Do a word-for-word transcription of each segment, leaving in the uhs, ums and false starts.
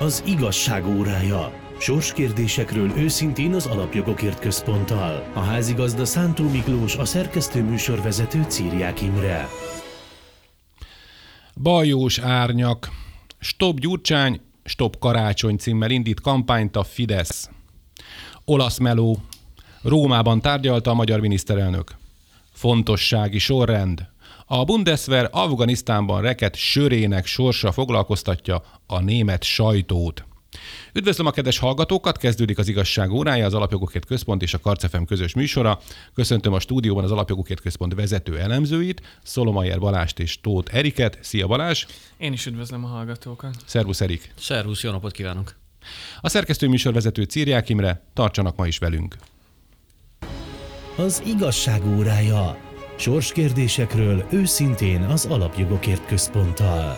Az igazság órája. Sorskérdésekről őszintén az Alapjogokért Központtal. A házigazda Szántó Miklós, a szerkesztő műsorvezető Círiák Imre. Baljós árnyak. Stop Gyurcsány, Stop Karácsony címmel indít kampányt a Fidesz. Olasz meló. Rómában tárgyalta a magyar miniszterelnök. Fontossági sorrend. A Bundeswehr Afganisztánban rekedt sörének sorsa foglalkoztatja a német sajtót. Üdvözlöm a kedves hallgatókat, kezdődik az igazság órája, az Alapjogokért Központ és a Karc ef em közös műsora. Köszöntöm a stúdióban az Alapjogokért Központ vezető elemzőit, Szolomajer Balást és Tóth Eriket. Szia Balázs! Én is üdvözlöm a hallgatókat. Szervusz Erik! Szervusz, jó napot kívánok! A szerkesztő műsorvezető Círiák Imre, tartsanak ma is velünk! Az igazság órája. Sorskérdésekről őszintén az Alapjogokért Központtal.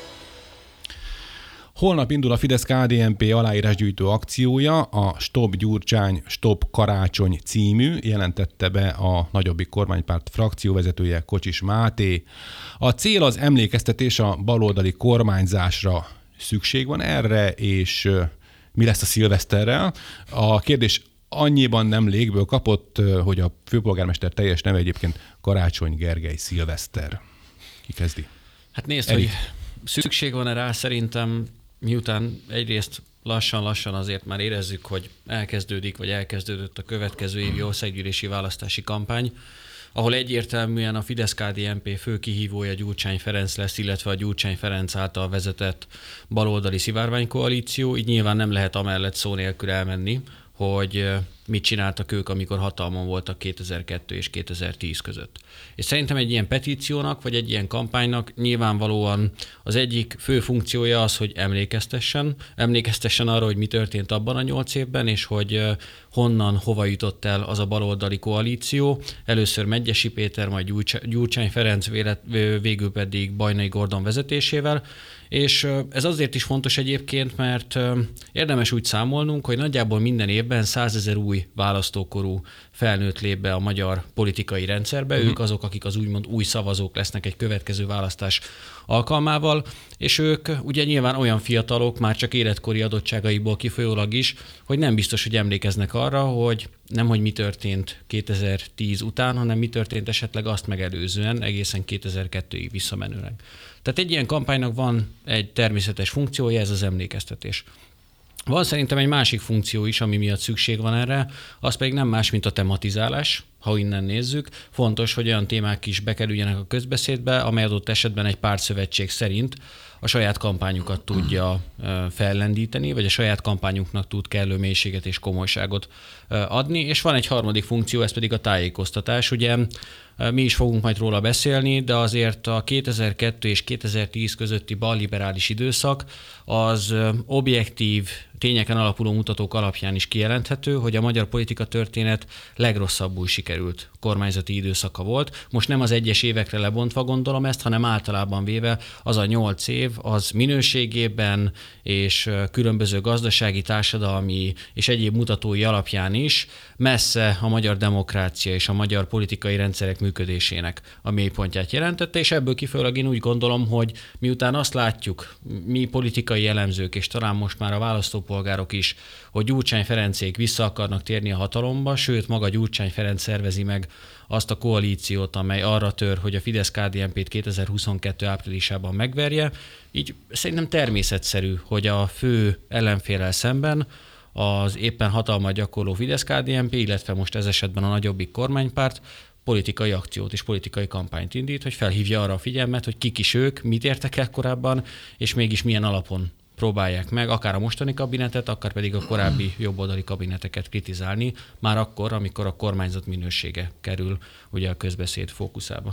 Holnap indul a Fidesz-ká dé en pé aláírásgyűjtő akciója, a Stop Gyurcsány, Stop Karácsony című, jelentette be a nagyobbik kormánypárt frakcióvezetője, Kocsis Máté. A cél az emlékeztetés a baloldali kormányzásra. Szükség van erre, és mi lesz a szilveszterrel? A kérdés annyiban nem légből kapott, hogy a főpolgármester teljes neve egyébként Karácsony Gergely Szilveszter. Ki kezdi? Hát nézd, Erik. hogy szükség van-e rá, szerintem miután egyrészt lassan-lassan azért már érezzük, hogy elkezdődik, vagy elkezdődött a következő évi országgyűlési választási kampány, ahol egyértelműen a Fidesz-ká dé en pé fő kihívója Gyurcsány Ferenc lesz, illetve a Gyurcsány Ferenc által vezetett baloldali szivárványkoalíció, így nyilván nem lehet amellett szó nélkül elmenni, hogy mit csináltak ők, amikor hatalmon voltak kétezer-kettő és kétezer-tíz között. És szerintem egy ilyen petíciónak, vagy egy ilyen kampánynak nyilvánvalóan az egyik fő funkciója az, hogy emlékeztessen, emlékeztessen arra, hogy mi történt abban a nyolc évben, és hogy honnan, hova jutott el az a baloldali koalíció. Először Medgyessy Péter, majd Gyurcsány Ferenc, végül pedig Bajnai Gordon vezetésével. És ez azért is fontos egyébként, mert érdemes úgy számolnunk, hogy nagyjából minden évben százezer új választókorú felnőtt lép be a magyar politikai rendszerbe. Uh-huh. Ők azok, akik az úgymond új szavazók lesznek egy következő választás alkalmával, és ők ugye nyilván olyan fiatalok, már csak életkori adottságaiból kifolyólag is, hogy nem biztos, hogy emlékeznek arra, hogy nem, hogy mi történt kétezer-tíz után, hanem mi történt esetleg azt megelőzően, egészen kétezer-kettőig visszamenőleg. Tehát egy ilyen kampánynak van egy természetes funkciója, ez az emlékeztetés. Van szerintem egy másik funkció is, ami miatt szükség van erre, az pedig nem más, mint a tematizálás, ha innen nézzük. Fontos, hogy olyan témák is bekerüljenek a közbeszédbe, amely adott esetben egy pártszövetség szerint a saját kampányukat tudja fellendíteni, vagy a saját kampányuknak tud kellő mélységet és komolyságot adni. És van egy harmadik funkció, ez pedig a tájékoztatás. Ugye mi is fogunk majd róla beszélni, de azért a kétezer-kettő és kétezer-tíz közötti balliberális időszak az objektív, tényeken alapuló mutatók alapján is kijelenthető, hogy a magyar politika történet legrosszabbul sikerült kormányzati időszaka volt. Most nem az egyes évekre lebontva gondolom ezt, hanem általában véve az a nyolc év, az minőségében és különböző gazdasági, társadalmi és egyéb mutatói alapján is messze a magyar demokrácia és a magyar politikai rendszerek működésének a mélypontját jelentette, és ebből kifolyólag én úgy gondolom, hogy miután azt látjuk, mi politikai elemzők, és talán most már a választópolgárok is, hogy Gyurcsány Ferencék vissza akarnak térni a hatalomba, sőt maga Gyurcsány Ferenc szervezi meg azt a koalíciót, amely arra tör, hogy a Fidesz-ká dé en pét kétezer-huszonkettő áprilisában megverje. Így szerintem természetszerű, hogy a fő ellenféllel szemben az éppen hatalmat gyakorló Fidesz-ká dé en pé, illetve most ez esetben a nagyobbik kormánypárt politikai akciót és politikai kampányt indít, hogy felhívja arra a figyelmet, hogy kik is ők, mit értek el korábban, és mégis milyen alapon próbálják meg, akár a mostani kabinetet, akár pedig a korábbi jobboldali kabineteket kritizálni, már akkor, amikor a kormányzat minősége kerül ugye a közbeszéd fókuszába.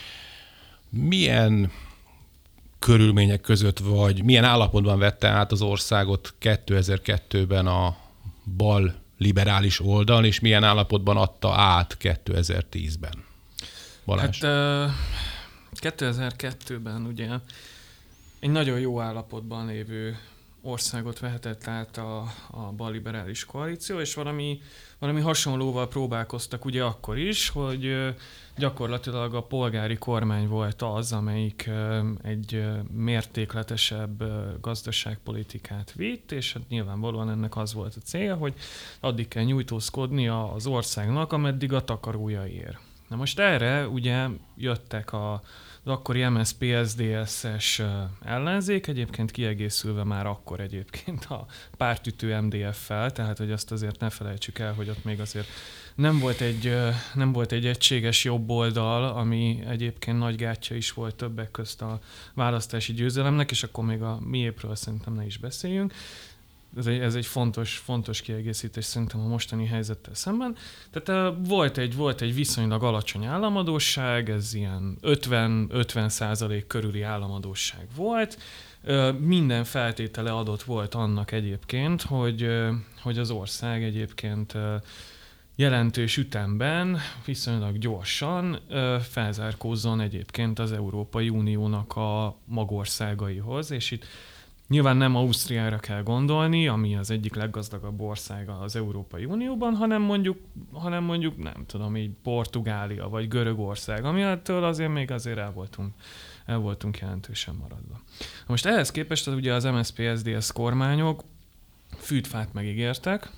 Milyen körülmények között vagy, milyen állapotban vette át az országot kétezer-kettőben a bal liberális oldal, és milyen állapotban adta át kétezer-tízben? Balázs? Hát kétezer-kettőben ugye egy nagyon jó állapotban lévő országot vehetett át a, a balliberális koalíció, és valami, valami hasonlóval próbálkoztak ugye akkor is, hogy ö, gyakorlatilag a polgári kormány volt az, amelyik ö, egy ö, mértékletesebb ö, gazdaságpolitikát vitt, és hát nyilvánvalóan ennek az volt a célja, hogy addig kell nyújtózkodnia az országnak, ameddig a takarója ér. Na most erre ugye jöttek a az akkori em es zé pé es zé es-es ellenzék, egyébként kiegészülve már akkor egyébként a pártütő em dé ef-fel, tehát hogy azt azért ne felejtsük el, hogy ott még azért nem volt egy, nem volt egy egységes jobb oldal, ami egyébként nagy gátja is volt többek közt a választási győzelemnek, és akkor még a miépről szerintem ne is beszéljünk. Ez egy, ez egy fontos, fontos kiegészítés szerintem a mostani helyzettel szemben. Tehát uh, volt, egy, volt egy viszonylag alacsony államadósság, ez ilyen ötven-ötven százalék körüli államadósság volt. Uh, minden feltétele adott volt annak egyébként, hogy, uh, hogy az ország egyébként uh, jelentős ütemben, viszonylag gyorsan uh, felzárkózzon egyébként az Európai Uniónak a magországaihoz, és itt nyilván nem Ausztriára kell gondolni, ami az egyik leggazdagabb országa az Európai Unióban, hanem mondjuk, hanem mondjuk nem tudom, így Portugália vagy Görögország, ami ettől azért még azért el voltunk, el voltunk jelentősen maradva. Most ehhez képest az, ugye az em es zé pé es zé es kormányok fűtfát megígértek,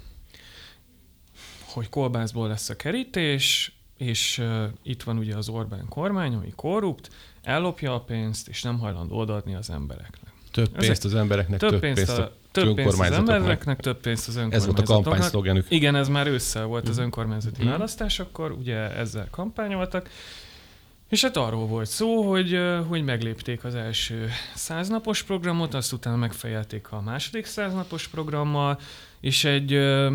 hogy kolbászból lesz a kerítés, és uh, itt van ugye az Orbán kormány, ami korrupt, ellopja a pénzt, és nem hajlandó odaadni az embereknek. Több pénzt az embereknek, több, több pénzt, pénzt a, a több pénzt az embereknek, több pénzt az önkormányzatoknak. Ez volt a kampányszlogenük. Igen, ez már ősszel volt az önkormányzati Mm. választás, akkor ugye ezzel kampányoltak. És hát arról volt szó, hogy, hogy meglépték az első száznapos programot, azt utána megfejelték a második száznapos programmal, és egy...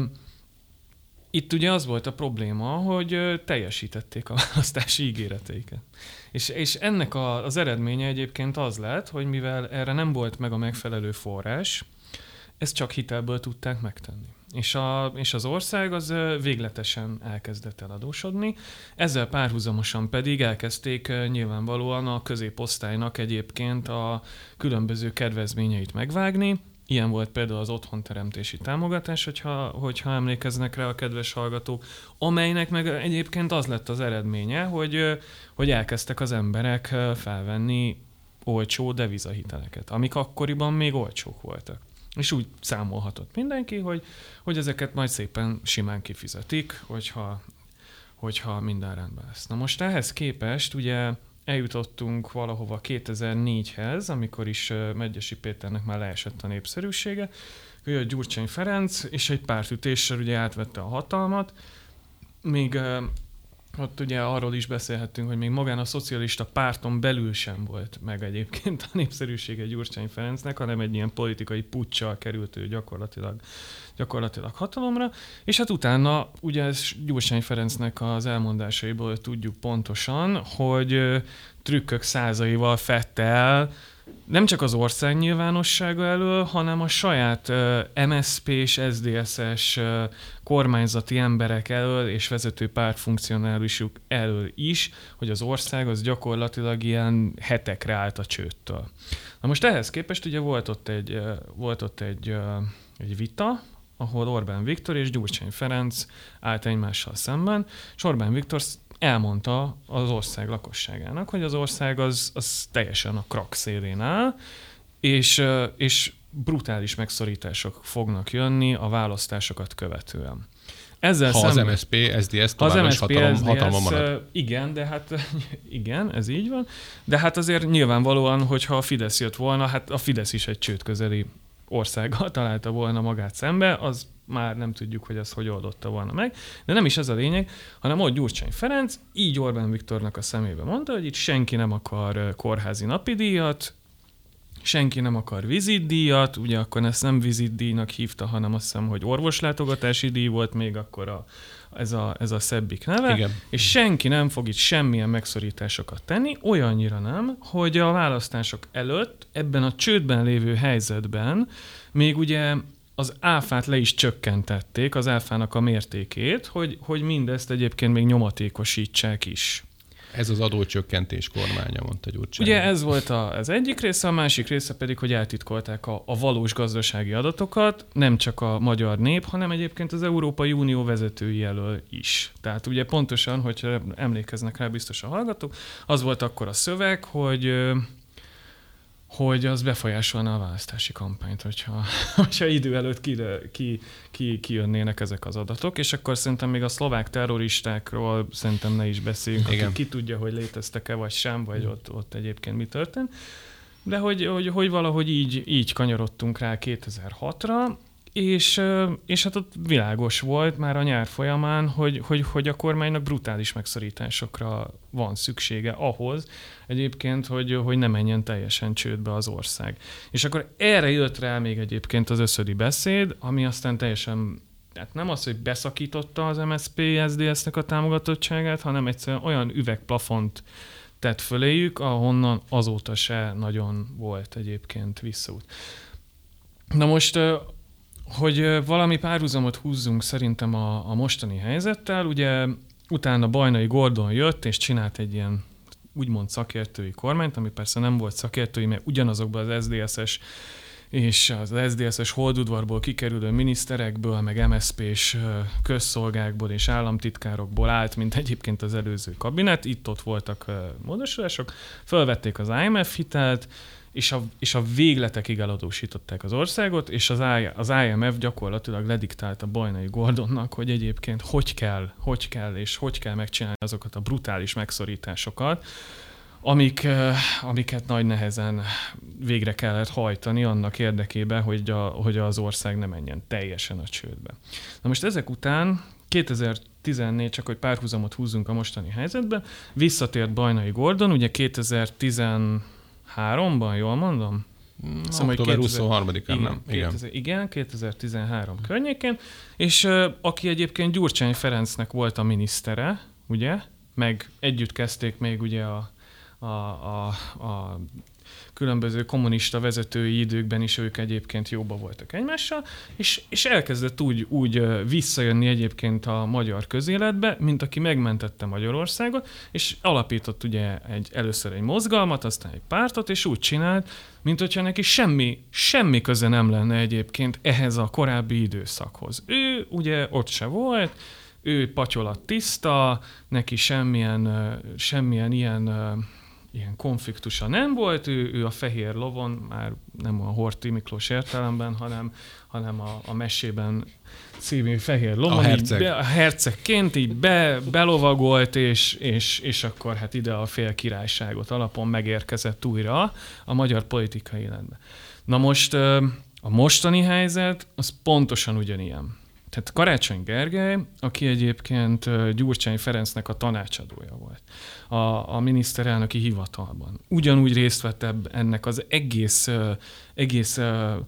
Itt ugye az volt a probléma, hogy teljesítették a választási ígéreteiket. És, és ennek a, az eredménye egyébként az lett, hogy mivel erre nem volt meg a megfelelő forrás, ezt csak hitelből tudták megtenni. És, a, és az ország az végletesen elkezdett eladósodni, ezzel párhuzamosan pedig elkezdték nyilvánvalóan a középosztálynak egyébként a különböző kedvezményeit megvágni. Ilyen volt például az otthonteremtési támogatás, hogyha, hogyha emlékeznek rá a kedves hallgatók, amelynek meg egyébként az lett az eredménye, hogy, hogy elkezdtek az emberek felvenni olcsó devizahiteleket, amik akkoriban még olcsók voltak. És úgy számolhatott mindenki, hogy, hogy ezeket majd szépen simán kifizetik, hogyha, hogyha minden rendben lesz. Na most ehhez képest ugye eljutottunk valahova kétezer-négyhez, amikor is Medgyessy Péternek már leesett a népszerűsége. Ő jött Gyurcsány Ferenc, és egy pártütéssel ugye átvette a hatalmat. Még ott ugye arról is beszélhettünk, hogy még magán a szocialista párton belül sem volt meg egyébként a népszerűsége Gyurcsány Ferencnek, hanem egy ilyen politikai puccsal került ő gyakorlatilag, gyakorlatilag hatalomra, és hát utána ugye ez Gyurcsány Ferencnek az elmondásaiból tudjuk pontosan, hogy trükkök százaival fette el nem csak az ország nyilvánossága elől, hanem a saját uh, em es zé pé és es zé es es uh, kormányzati emberek elől és vezető pártfunkcionálisuk elől is, hogy az ország az gyakorlatilag ilyen hetekre állt a csőttől. Na most ehhez képest ugye volt ott egy, uh, volt ott egy, uh, egy vita, ahol Orbán Viktor és Gyurcsány Ferenc állt egymással szemben, és Orbán Viktor elmondta az ország lakosságának, hogy az ország az, az teljesen a krak szélén áll, és, és brutális megszorítások fognak jönni a választásokat követően. Ezzel ha szemben, az em es zé pé es zé es továbbra is hatalom, hatalma marad. Igen, de hát igen, ez így van. De hát azért nyilvánvalóan, hogyha a Fidesz jött volna, hát a Fidesz is egy csődközeli országgal találta volna magát szembe, az már nem tudjuk, hogy ez hogy oldotta volna meg. De nem is ez a lényeg, hanem ott Gyurcsány Ferenc így Orbán Viktornak a szemébe mondta, hogy itt senki nem akar kórházi napidíjat, senki nem akar vizitdíjat, ugye akkor ezt nem vizitdíjnak hívta, hanem azt hiszem, hogy orvoslátogatási díj volt még akkor a, ez, a, ez a szebbik neve, igen. És senki nem fog itt semmilyen megszorításokat tenni, olyannyira nem, hogy a választások előtt ebben a csődben lévő helyzetben még ugye az áfát le is csökkentették, az áfának a mértékét, hogy, hogy mindezt egyébként még nyomatékosítsák is. Ez az adócsökkentés kormánya, mondta Gyurcsány. Ugye ez volt a, az egyik része, a másik része pedig, hogy eltitkolták a, a valós gazdasági adatokat, nem csak a magyar nép, hanem egyébként az Európai Unió vezetői elől is. Tehát ugye pontosan, hogy emlékeznek rá biztos a hallgatók, az volt akkor a szöveg, hogy hogy az befolyásolna a választási kampányt, hogyha, hogyha idő előtt ki, ki, ki, kijönnének ezek az adatok, és akkor szerintem még a szlovák terroristákról szerintem ne is beszéljünk, aki ki tudja, hogy léteztek-e vagy sem, vagy ott, ott egyébként mi történt. De hogy, hogy, hogy valahogy így, így kanyarodtunk rá kétezer-hatra, és, és hát ott világos volt már a nyár folyamán, hogy, hogy, hogy a kormánynak brutális megszorításokra van szüksége ahhoz egyébként, hogy, hogy ne menjen teljesen csődbe az ország. És akkor erre jött rá még egyébként az összödi beszéd, ami aztán teljesen, tehát nem az, hogy beszakította az em es zé pé es zé dé es-nek a támogatottságát, hanem egyszerűen olyan üvegplafont tett föléjük, ahonnan azóta se nagyon volt egyébként visszaút. Na most... hogy valami párhuzamot húzzunk szerintem a, a mostani helyzettel, ugye utána Bajnai Gordon jött, és csinált egy ilyen úgymond szakértői kormányt, ami persze nem volt szakértői, mert ugyanazokban az es zé dé es-es és az es zé dé es-es holdudvarból kikerülő miniszterekből, meg em es zé pés közszolgákból és államtitkárokból állt, mint egyébként az előző kabinet. Itt-ott voltak módosulások, fölvették az i em ef hitelt, és a, és a végletekig eladósították az országot, és az, I, az i em ef gyakorlatilag lediktálta Bajnai Gordonnak, hogy egyébként hogy kell, hogy kell, és hogy kell megcsinálni azokat a brutális megszorításokat, amik, amiket nagy nehezen végre kellett hajtani annak érdekében, hogy, a, hogy az ország ne menjen teljesen a csődbe. Na most ezek után kétezer-tizennégy, csak hogy párhuzamot húzzunk a mostani helyzetben, visszatért Bajnai Gordon, ugye kétezer-tizenháromban, jól mondom? Szóval, október huszonharmadikán, nem? Igen. kétezer, igen, kétezer-tizenhárom környékén, és uh, aki egyébként Gyurcsány Ferencnek volt a minisztere, ugye, meg együtt kezdték még ugye a, a, a, a különböző kommunista vezetői időkben is ők egyébként jóba voltak egymással, és, és elkezdett úgy, úgy visszajönni egyébként a magyar közéletbe, mint aki megmentette Magyarországot, és alapított ugye egy, először egy mozgalmat, aztán egy pártot, és úgy csinált, mint hogyha neki semmi, semmi köze nem lenne egyébként ehhez a korábbi időszakhoz. Ő ugye ott se volt, ő patyolat tiszta, neki semmilyen, semmilyen ilyen ilyen konfliktusa nem volt, ő, ő a fehér lovon, már nem a Horthy Miklós értelemben, hanem, hanem a, a mesében című fehér lovon, a herceg. Be, a hercegként így be, belovagolt, és, és, és akkor hát ide a fél királyságot alapon megérkezett újra a magyar politikai életbe. Na most a mostani helyzet, az pontosan ugyanilyen. Tehát Karácsony Gergely, aki egyébként Gyurcsány Ferencnek a tanácsadója volt a, a miniszterelnöki hivatalban. Ugyanúgy részt vett ebb, ennek az egész, egész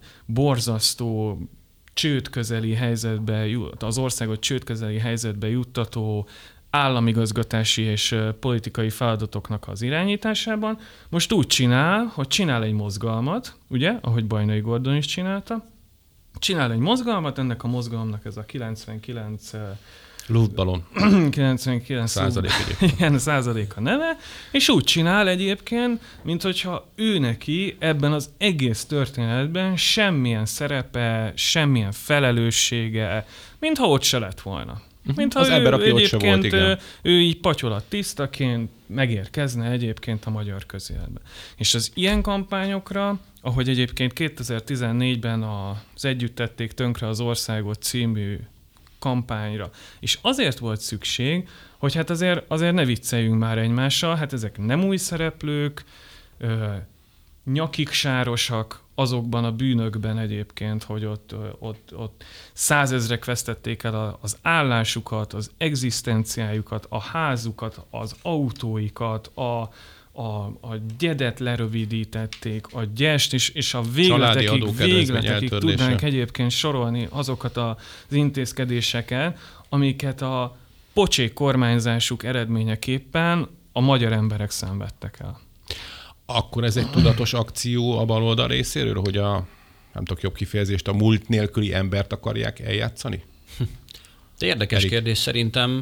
borzasztó csődközeli helyzetbe, az országot csődközeli helyzetbe juttató államigazgatási és politikai feladatoknak az irányításában. Most úgy csinál, hogy csinál egy mozgalmat, ugye, ahogy Bajnai Gordon is csinálta, csinál egy mozgalmat, ennek a mozgalomnak ez a kilencvenkilenc luftballon. kilencvenkilenc százalék igen, százalék a neve, és úgy csinál egyébként, mint hogyha ő neki ebben az egész történetben semmilyen szerepe, semmilyen felelőssége, mintha ott se lett volna. Mintha az ő, ember, aki ott se volt, igen. Ő, ő így patyolat tisztaként megérkezne egyébként a magyar közéletbe. És az ilyen kampányokra, ahogy egyébként kétezer-tizennégyben az Együtt tették tönkre az országot című kampányra. És azért volt szükség, hogy hát azért, azért ne vicceljünk már egymással, hát ezek nem új szereplők, ö, nyakik sárosak azokban a bűnökben egyébként, hogy ott, ott, ott százezrek vesztették el az állásukat, az egzisztenciájukat, a házukat, az autóikat, a, a, a gyedet lerövidítették, a gyest, és, és a végletekig, végletekig tudnánk egyébként sorolni azokat az intézkedéseket, amiket a pocsék kormányzásuk eredményeképpen a magyar emberek szenvedtek el. Akkor ez egy tudatos akció a baloldal részéről, hogy a, nem tudok jobb kifejezést, a múlt nélküli embert akarják eljátszani? De érdekes Erik. kérdés szerintem.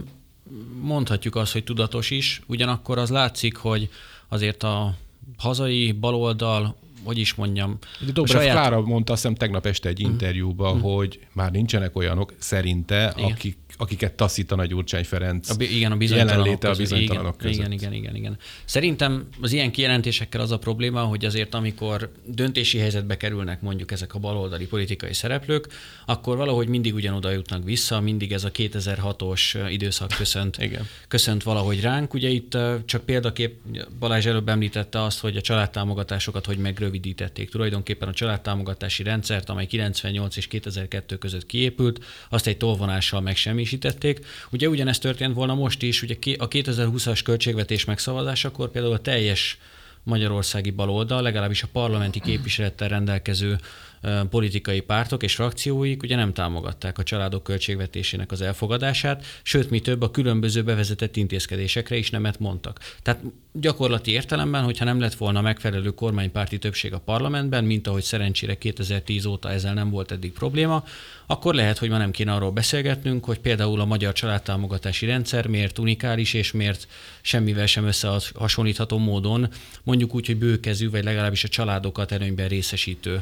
mondhatjuk azt, hogy tudatos is, ugyanakkor az látszik, hogy azért a hazai baloldal, hogy is mondjam, Dobrev saját... Klára mondta azt hiszem tegnap este egy interjúban, mm. hogy már nincsenek olyanok szerinte, akik, akiket taszítana Gyurcsány Ferenc a, igen, a bizonytalanok jelenléte a bizonytalanok igen, között. Igen, igen, igen, igen. Szerintem az ilyen kijelentésekkel az a probléma, hogy azért amikor döntési helyzetbe kerülnek mondjuk ezek a baloldali politikai szereplők, akkor valahogy mindig ugyanoda jutnak vissza, mindig ez a kétezer-hatos időszak köszönt, köszönt valahogy ránk. Ugye itt csak példakép Balázs előbb említette azt, hogy a családtámogatásokat hogy megrövidítették. Tulajdonképpen a családtámogatási rendszert, amely kilencvennyolc és kétezer-kettő között kiépült, azt egy tolvonással megsemmisítették. Ugye ugyanezt történt volna most is, ugye a kétezer-húszas költségvetés megszavazásakor például a teljes magyarországi baloldal, legalábbis a parlamenti képviselettel rendelkező politikai pártok és frakcióik ugye nem támogatták a családok költségvetésének az elfogadását, sőt, mi több, a különböző bevezetett intézkedésekre is nemet mondtak. Tehát gyakorlati értelemben, hogyha nem lett volna megfelelő kormánypárti többség a parlamentben, mint ahogy szerencsére kétezer-tíz óta ezzel nem volt eddig probléma, akkor lehet, hogy ma nem kéne arról beszélgetnünk, hogy például a magyar családtámogatási rendszer miért unikális, és miért semmivel sem összehasonlítható módon, mondjuk úgy, hogy bőkezű, vagy legalábbis a családokat előnyben részesítő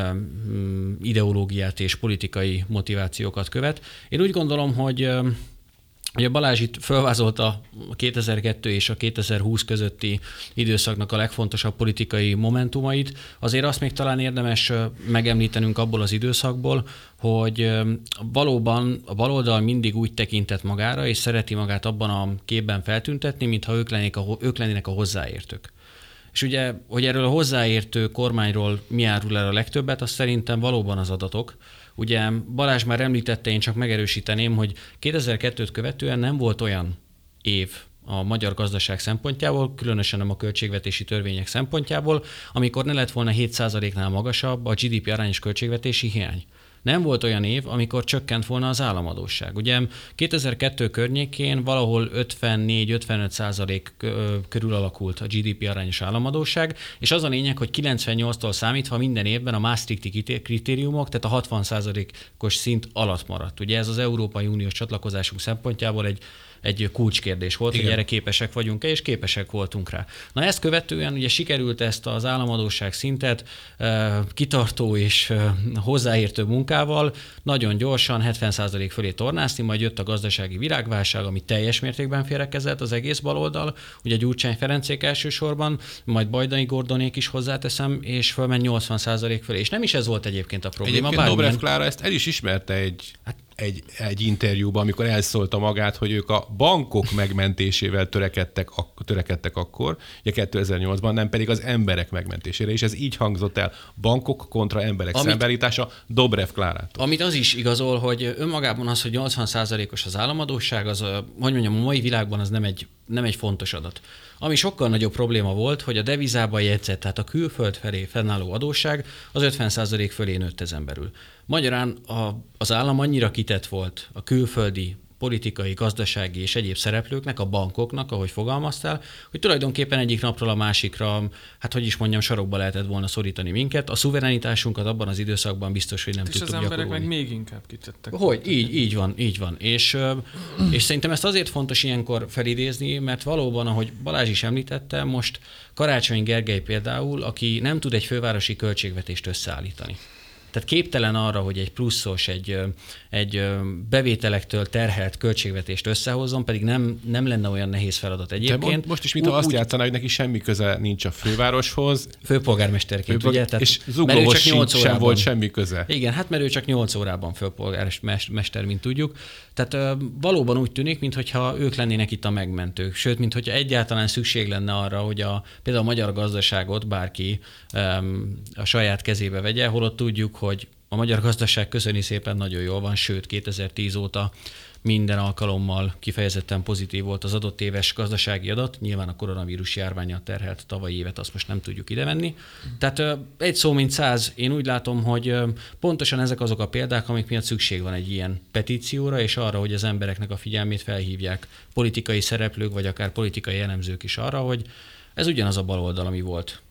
ideológiát és politikai motivációkat követ. Én úgy gondolom, hogy hogy a Balázs itt felvázolta a kétezer-kettő és a kétezer-húsz közötti időszaknak a legfontosabb politikai momentumait. Azért azt még talán érdemes megemlítenünk abból az időszakból, hogy valóban a baloldal mindig úgy tekintett magára, és szereti magát abban a képben feltüntetni, mintha ők lennének a, ők lennének a hozzáértők. És ugye, hogy erről a hozzáértő kormányról mi árul el a legtöbbet, az szerintem valóban az adatok. Ugye Balázs már említette, én csak megerősíteném, hogy kétezer-kettőt követően nem volt olyan év a magyar gazdaság szempontjából, különösen nem a költségvetési törvények szempontjából, amikor ne lett volna hét százaléknál magasabb a gé dé pé arányos költségvetési hiány. Nem volt olyan év, amikor csökkent volna az államadósság. Ugye kétezer-kettő környékén valahol ötvennégy-ötvenöt százalék körül alakult a gé dé pé arányos államadósság, és az a lényeg, hogy kilencvennyolctól számítva minden évben a Maastrichti kritériumok, tehát a hatvan százalékos szint alatt maradt. Ugye ez az Európai Uniós csatlakozásunk szempontjából egy egy kulcskérdés volt, igen, hogy erre képesek vagyunk-e, és képesek voltunk rá. Na ezt követően ugye sikerült ezt az államadósság szintet e, kitartó és e, hozzáértő munkával nagyon gyorsan hetven százalék fölé tornászni, majd jött a gazdasági világválság, ami teljes mértékben félrekezelt az egész baloldal, ugye Gyurcsány Ferencék elsősorban, majd Bajdai Gordonék is hozzáteszem, és fölment nyolcvan százalék fölé. És nem is ez volt egyébként a probléma. Egyébként Dobrev Klára ezt el is ismerte egy... Hát Egy, egy interjúban, amikor elszólta magát, hogy ők a bankok megmentésével törekedtek, ak- törekedtek akkor, ugye kétezer-nyolcban, nem pedig az emberek megmentésére, és ez így hangzott el. Bankok kontra emberek amit, szembeállítása Dobrev Klárától. Amit az is igazol, hogy önmagában az, hogy nyolcvan százalékos az államadósság, az, hogy mondjam, a mai világban az nem egy, nem egy fontos adat. Ami sokkal nagyobb probléma volt, hogy a devizában jegyzett, tehát a külföld felé fennálló adósság az ötven százalék fölé nőtt ezen belül. Magyarán a, az állam annyira kitett volt a külföldi politikai, gazdasági és egyéb szereplőknek, a bankoknak, ahogy fogalmaztál, hogy tulajdonképpen egyik napról a másikra, hát hogy is mondjam, sarokba lehetett volna szorítani minket. A szuverenitásunkat abban az időszakban biztos, hogy nem és tudtuk gyakorolni. És az emberek meg még inkább kitettek. Hogy? Így, így van, így van. És, és szerintem ezt azért fontos ilyenkor felidézni, mert valóban, ahogy Balázs is említette, most Karácsony Gergely például, aki nem tud egy fővárosi költségvetést összeállítani. Tehát képtelen arra, hogy egy pluszos, egy, egy bevételektől terhelt költségvetést összehozzon, pedig nem, nem lenne olyan nehéz feladat egyébként. De most is, mintha azt játszaná, hogy neki semmi köze nincs a fővároshoz. Főpolgármesterként, Főpolgár... ugye? Tehát, és Zuglóhoz sem volt semmi köze. Igen, hát mert ő csak nyolc órában főpolgármester, mint tudjuk. Tehát valóban úgy tűnik, mintha ők lennének itt a megmentők. Sőt, mintha egyáltalán szükség lenne arra, hogy a, például a magyar gazdaságot bárki um, a saját kezébe vegye, holott tudjuk, hogy a magyar gazdaság köszöni szépen nagyon jól van, sőt kétezer-tíz óta minden alkalommal kifejezetten pozitív volt az adott éves gazdasági adat. Nyilván a koronavírus járvánnyal terhelt tavalyi évet azt most nem tudjuk idevenni. Tehát egy szó mint száz, én úgy látom, hogy pontosan ezek azok a példák, amik miatt szükség van egy ilyen petícióra, és arra, hogy az embereknek a figyelmét felhívják politikai szereplők, vagy akár politikai elemzők is arra, hogy ez ugyanaz a baloldal, ami volt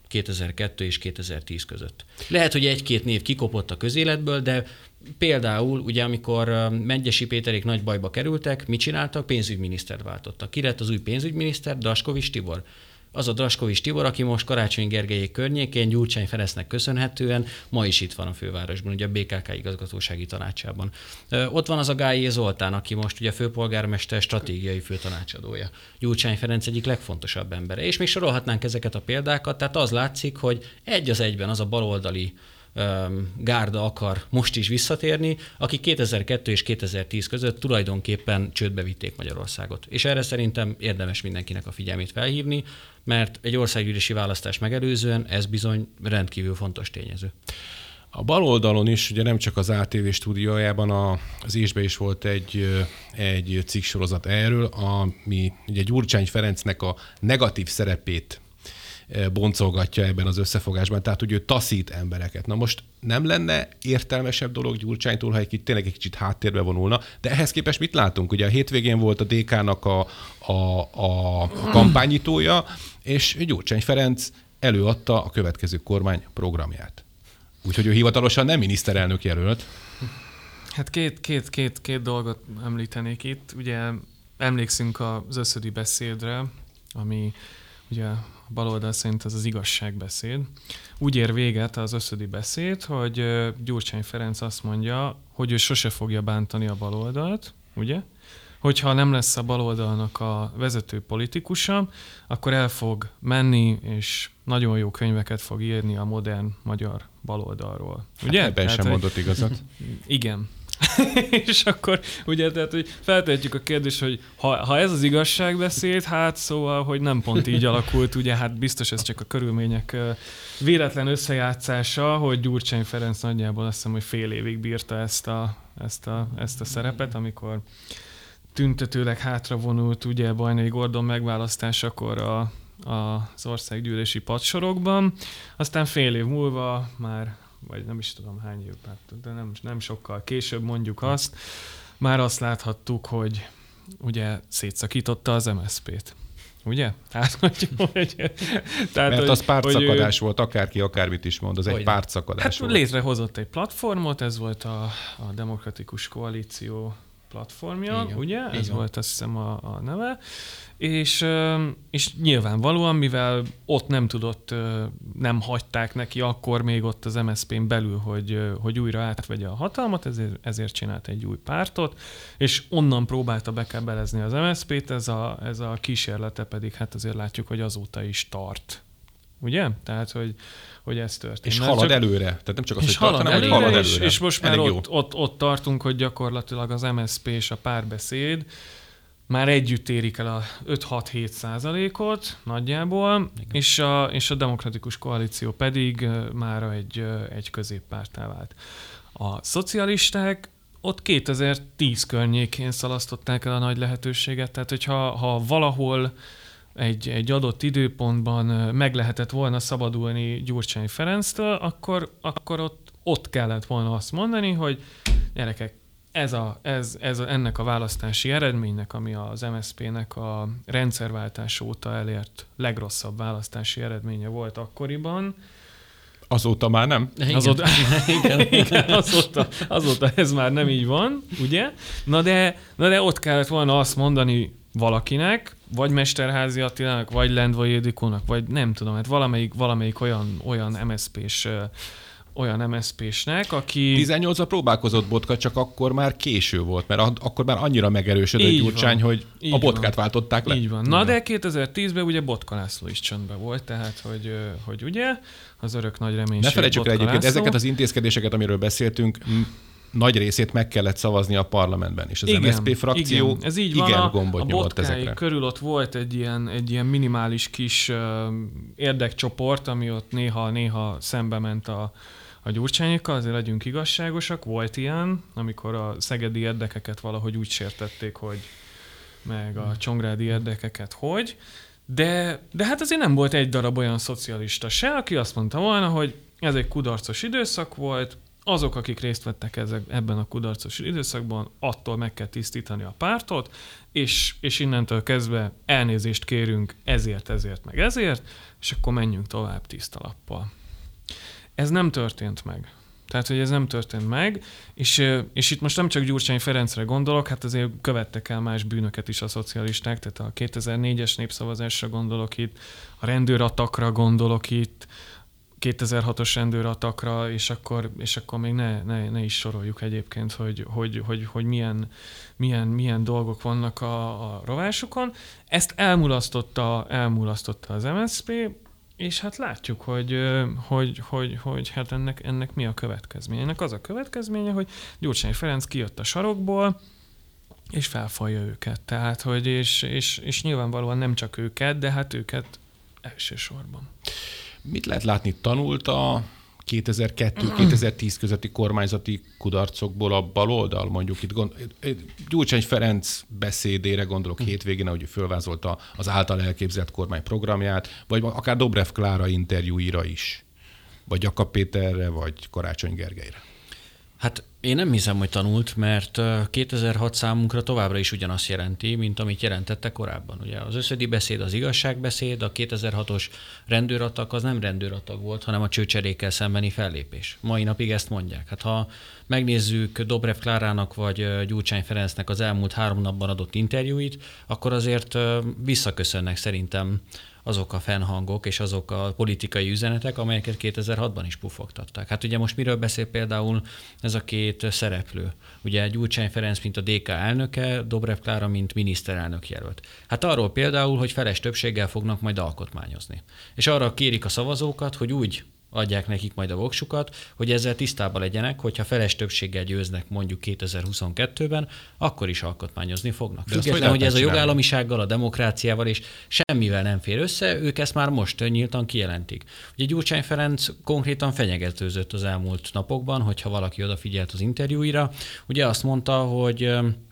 kétezer-kettő és kétezer-tíz között. Lehet, hogy egy-két név kikopott a közéletből, de például, ugye, amikor Medgyessy Péterék nagy bajba kerültek, mit csináltak? Pénzügyminisztert váltottak. Ki lett az új pénzügyminiszter? Draskovics Tibor. Az a Draskovics Tibor, aki most Karácsony Gergelyék környékén Gyurcsány Ferencnek köszönhetően ma is itt van a fővárosban, ugye a bé ká ká igazgatósági tanácsában. Ott van az a Gályé Zoltán, aki most ugye a főpolgármester stratégiai főtanácsadója. Gyurcsány Ferenc egyik legfontosabb embere. És még sorolhatnánk ezeket a példákat, tehát az látszik, hogy egy az egyben az a baloldali gárda akar most is visszatérni, akik kétezer-kettő és kétezer-tíz között tulajdonképpen csődbe vitték Magyarországot. És erre szerintem érdemes mindenkinek a figyelmét felhívni, mert egy országgyűlési választás megelőzően ez bizony rendkívül fontos tényező. A bal oldalon is, ugye nem csak az á té vé stúdiójában, a, az Ésben is volt egy, egy cikksorozat erről, ami ugye Gyurcsány Ferencnek a negatív szerepét boncolgatja ebben az összefogásban, tehát hogy ő taszít embereket. Na most nem lenne értelmesebb dolog Gyurcsánytól, ha egy kicsit, tényleg egy kicsit háttérbe vonulna, de ehhez képest mit látunk? Ugye a hétvégén volt a dé ká-nak a, a, a kampányítója, és Gyurcsány Ferenc előadta a következő kormány programját. Úgyhogy ő hivatalosan nem miniszterelnök jelölt. Hát két, két, két, két dolgot említenék itt. Ugye emlékszünk az összödi beszédre, ami ugye a baloldal szerint ez az igazságbeszéd. Úgy ér véget az összödi beszéd, hogy Gyurcsány Ferenc azt mondja, hogy ő sose fogja bántani a baloldalt, ugye? Hogyha nem lesz a baloldalnak a vezető politikusa, akkor el fog menni, és nagyon jó könyveket fog írni a modern magyar baloldalról. Ugye? Hát ebben tehát, sem mondott igazat. Igen. És akkor ugye, tehát, hogy feltehetjük a kérdést, hogy ha, ha ez az igazságbeszéd, hát szóval, hogy nem pont így alakult, ugye, hát biztos ez csak a körülmények véletlen összejátszása, hogy Gyurcsány Ferenc nagyjából azt hiszem, hogy fél évig bírta ezt a, ezt a, ezt a szerepet, amikor tüntetőleg hátravonult ugye Bajnai Gordon megválasztásakor a, a, az országgyűlési padsorokban, aztán fél év múlva már, vagy nem is tudom hány év, de nem, nem sokkal később mondjuk azt, már azt láthattuk, hogy ugye szétszakította az em es zé pét. Ugye? Tehát, hogy, hogy, tehát, Mert hogy, az pártszakadás ő, volt, akárki akármit is mond, az egy pártszakadás hát volt. Létrehozott egy platformot, ez volt a, a Demokratikus Koalíció platformja, Igen, ugye? Ez igen. volt azt hiszem a, a neve. És, és nyilvánvalóan, mivel ott nem tudott, nem hagyták neki akkor még ott az em es zé pén belül, hogy, hogy újra átvegye a hatalmat, ezért, ezért csinált egy új pártot, és onnan próbálta bekebelezni az em es zé pét, ez a, ez a kísérlete pedig hát azért látjuk, hogy azóta is tart. Ugye? Tehát, hogy, hogy ez történt. És Mert halad csak... előre. Tehát nem csak az, És hogy tart, halad hanem, hogy előre, halad és, előre. és most már Elég jó. ott, ott, ott tartunk, hogy gyakorlatilag az em es zé pé és a párbeszéd már együtt érik el a öt-hat-hét százalékot nagyjából, és a, és a Demokratikus Koalíció pedig már egy, egy középpárttá vált. A szocialisták ott kétezer-tíz környékén szalasztották el a nagy lehetőséget, tehát hogyha ha valahol egy, egy adott időpontban meg lehetett volna szabadulni Gyurcsány Ferenctől, akkor, akkor ott, ott kellett volna azt mondani, hogy gyerekek, Ez a, ez, ez a, ennek a választási eredménynek, ami az em es zé pének a rendszerváltás óta elért legrosszabb választási eredménye volt akkoriban. Azóta már nem? Azóta, igen, igen, azóta, azóta ez már nem így van, ugye? Na de, na de ott kellett volna azt mondani valakinek, vagy Mesterházy Attilának, vagy Lendvai Ildikónak, vagy nem tudom, hát valamelyik, valamelyik olyan, olyan em es zé pés olyan em es zé pésnek, aki... tizennyolcra próbálkozott Botka, csak akkor már késő volt, mert akkor már annyira megerősödött Így Gyurcsány, van. hogy Így a Botkát van. váltották le. Így van. Na de kétezer-tízben ugye Botka László is csöndben volt, tehát hogy, hogy ugye az örök nagy reménység. Ne felejtsük el Botka egyébként, László. ezeket az intézkedéseket, amiről beszéltünk, m- nagy részét meg kellett szavazni a parlamentben, és az Igen, em es zé pé frakció igen. Ez így igen van, a, gombot a nyomott Botkáig ezekre. körül ott volt egy ilyen, egy ilyen minimális kis uh, érdekcsoport, ami ott néha-néha szembe ment a a Gyurcsányokkal, azért legyünk igazságosak, volt ilyen, amikor a szegedi érdekeket valahogy úgy sértették, hogy meg a csongrádi érdekeket, hogy, de, de hát azért nem volt egy darab olyan szocialista se, aki azt mondta volna, hogy ez egy kudarcos időszak volt, azok, akik részt vettek ezek, ebben a kudarcos időszakban, attól meg kell tisztítani a pártot, és, és innentől kezdve elnézést kérünk ezért, ezért, meg ezért, és akkor menjünk tovább tiszta lappal. Ez nem történt meg. Tehát, hogy ez nem történt meg, és, és itt most nem csak Gyurcsány Ferencre gondolok, hát azért követtek el más bűnöket is a szocialisták, tehát a kétezer-négyes népszavazásra gondolok itt, a rendőratakra gondolok itt, kétezer-hatos rendőratakra, és akkor, és akkor még ne, ne, ne is soroljuk egyébként, hogy, hogy, hogy, hogy milyen, milyen, milyen dolgok vannak a, a rovásukon. Ezt elmulasztotta, elmulasztotta az em es zé pé, és hát látjuk, hogy, hogy, hogy, hogy hát ennek, ennek mi a következménye. Ennek az a következménye, hogy Gyurcsány Ferenc kijött a sarokból, és felfalja őket. Tehát, hogy és, és, és nyilvánvalóan nem csak őket, de hát őket elsősorban. Mit lehet látni, tanult a kétezer-kettő-kétezer-tíz közötti kormányzati kudarcokból a baloldal? Mondjuk itt gond... Gyurcsány Ferenc beszédére gondolok hétvégén, ahogy fölvázolta az által elképzelt kormány programját, vagy akár Dobrev Klára interjúira is, vagy Jakab Péterre, vagy Karácsony Gergelyre. Hát én nem hiszem, hogy tanult, mert kétezer-hat számunkra továbbra is ugyanazt jelenti, mint amit jelentette korábban. Ugye az összödi beszéd az igazságbeszéd, a kétezer-hatos rendőratak az nem rendőratak volt, hanem a csőcserékkel szembeni fellépés. Mai napig ezt mondják. Hát ha megnézzük Dobrev Klárának vagy Gyurcsány Ferencnek az elmúlt három napban adott interjúit, akkor azért visszaköszönnek szerintem azok a fennhangok és azok a politikai üzenetek, amelyeket kétezer-hatban is pufogtatták. Hát ugye most miről beszél például ez a két szereplő? Ugye Gyurcsány Ferenc, mint a dé ká elnöke, Dobrev Klára, mint miniszterelnök jelölt. Hát arról például, hogy feles többséggel fognak majd alkotmányozni. És arra kérik a szavazókat, hogy úgy adják nekik majd a voksukat, hogy ezzel tisztában legyenek, hogyha feles többséggel győznek mondjuk kétezer-huszonkettőben, akkor is alkotmányozni fognak. Függetlenül, hogy ez a jogállamisággal, a demokráciával és semmivel nem fér össze, ők ezt már most nyíltan kijelentik. Ugye Gyurcsány Ferenc konkrétan fenyegetőzött az elmúlt napokban, hogyha valaki odafigyelt az interjúira. Ugye azt mondta, hogy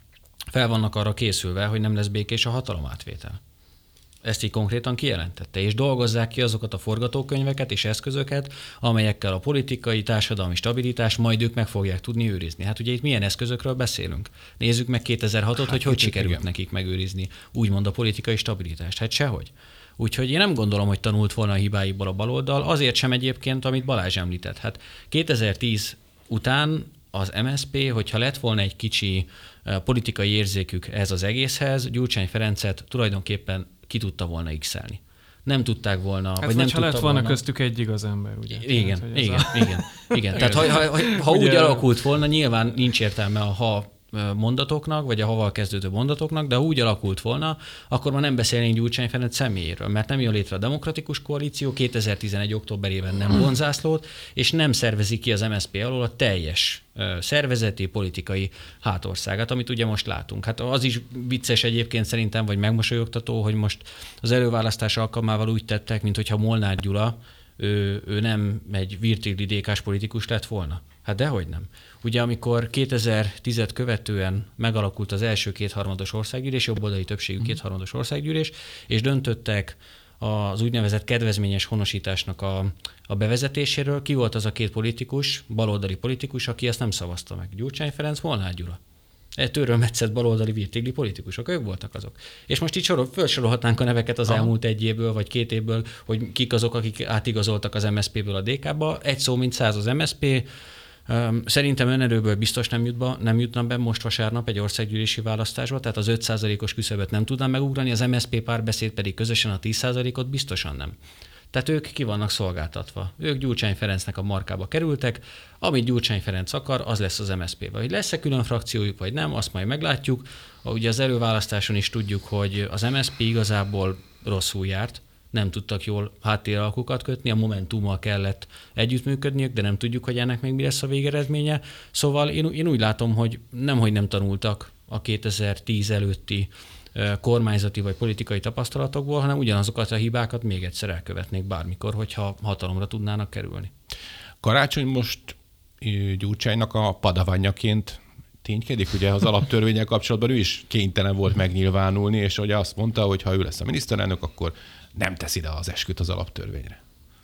fel vannak arra készülve, hogy nem lesz békés a hatalomátvétel. Ezt így konkrétan kijelentette, és dolgozzák ki azokat a forgatókönyveket és eszközöket, amelyekkel a politikai, társadalmi stabilitást majd ők meg fogják tudni őrizni. Hát ugye itt milyen eszközökről beszélünk? Nézzük meg kétezer-hatot, hát, hogy hogy sikerült igen. nekik megőrizni, úgymond a politikai stabilitást. Hát sehogy. Úgyhogy én nem gondolom, hogy tanult volna a hibáiból a baloldal, azért sem egyébként, amit Balázs említett. Hát kétezer-tíz után az em es zé pé, hogyha lett volna egy kicsi politikai érzékük ez az egészhez, Gyurcsány Ferencet tulajdonképpen ki tudta volna x-elni. Nem tudták volna, hát vagy nem tudta lett volna köztük egy igaz ember, ugye? Igen, Tehát, igen, a... igen, igen. Tehát ha, ha, ha, ha úgy alakult volna, nyilván nincs értelme a ha mondatoknak, vagy a haval kezdődő mondatoknak, de ha úgy alakult volna, akkor már nem beszélnénk Gyurcsány Ferenc személyéről, mert nem jön létre a demokratikus koalíció, kétezer-tizenegy októberében nem vonzászlót, és nem szervezik ki az em es zé pé alól a teljes szervezeti, politikai hátországát, amit ugye most látunk. Hát az is vicces egyébként szerintem, vagy megmosolyogtató, hogy most az előválasztás alkalmával úgy tettek, mintha Molnár Gyula, ő, ő nem egy virtigli dé ká-s politikus lett volna. Hát dehogy nem. Ugye amikor kétezer-tízet követően megalakult az első kétharmados országgyűlés, jobboldali többségű kétharmados országgyűlés, és döntöttek az úgynevezett kedvezményes honosításnak a, a bevezetéséről, ki volt az a két politikus, baloldali politikus, aki ezt nem szavazta meg? Gyurcsány Ferenc, Molnár Gyula. Ettől metszett baloldali virtigli politikusok, ők voltak azok. És most itt sorol, felsorolhatnánk a neveket az Aha. elmúlt egy évből, vagy két évből, hogy kik azok, akik átigazoltak az em es zé péből a dé ká-ba. Egy szó mint száz az em es zé pé. Szerintem önerőből biztos nem, jutba, nem jutna be most vasárnap egy országgyűlési választásba, tehát az öt százalékos küszöböt nem tudnám megugrani, az em es zé pé párbeszéd pedig közösen a tíz százalékot biztosan nem. Tehát ők ki vannak szolgáltatva. Ők Gyurcsány Ferencnek a markába kerültek, amit Gyurcsány Ferenc akar, az lesz az em es zé pé-vel. Hogy lesz-e külön frakciójuk, vagy nem, azt majd meglátjuk. Ugye az előválasztáson is tudjuk, hogy az em es zé pé igazából rosszul járt, nem tudtak jól háttéralkukat kötni, a Momentummal kellett együttműködniük, de nem tudjuk, hogy ennek még mi lesz a végeredménye. Szóval én, én úgy látom, hogy nemhogy nem tanultak a kétezer-tíz előtti kormányzati vagy politikai tapasztalatokból, hanem ugyanazokat a hibákat még egyszer elkövetnék bármikor, hogyha hatalomra tudnának kerülni. Karácsony most Gyurcsánynak a padavanjaként ténykedik, ugye az alaptörvénnyel kapcsolatban ő is kénytelen volt megnyilvánulni, és ugye azt mondta, hogy ha ő lesz a miniszterelnök, akkor nem tesz ide az esküt az alaptörvényre.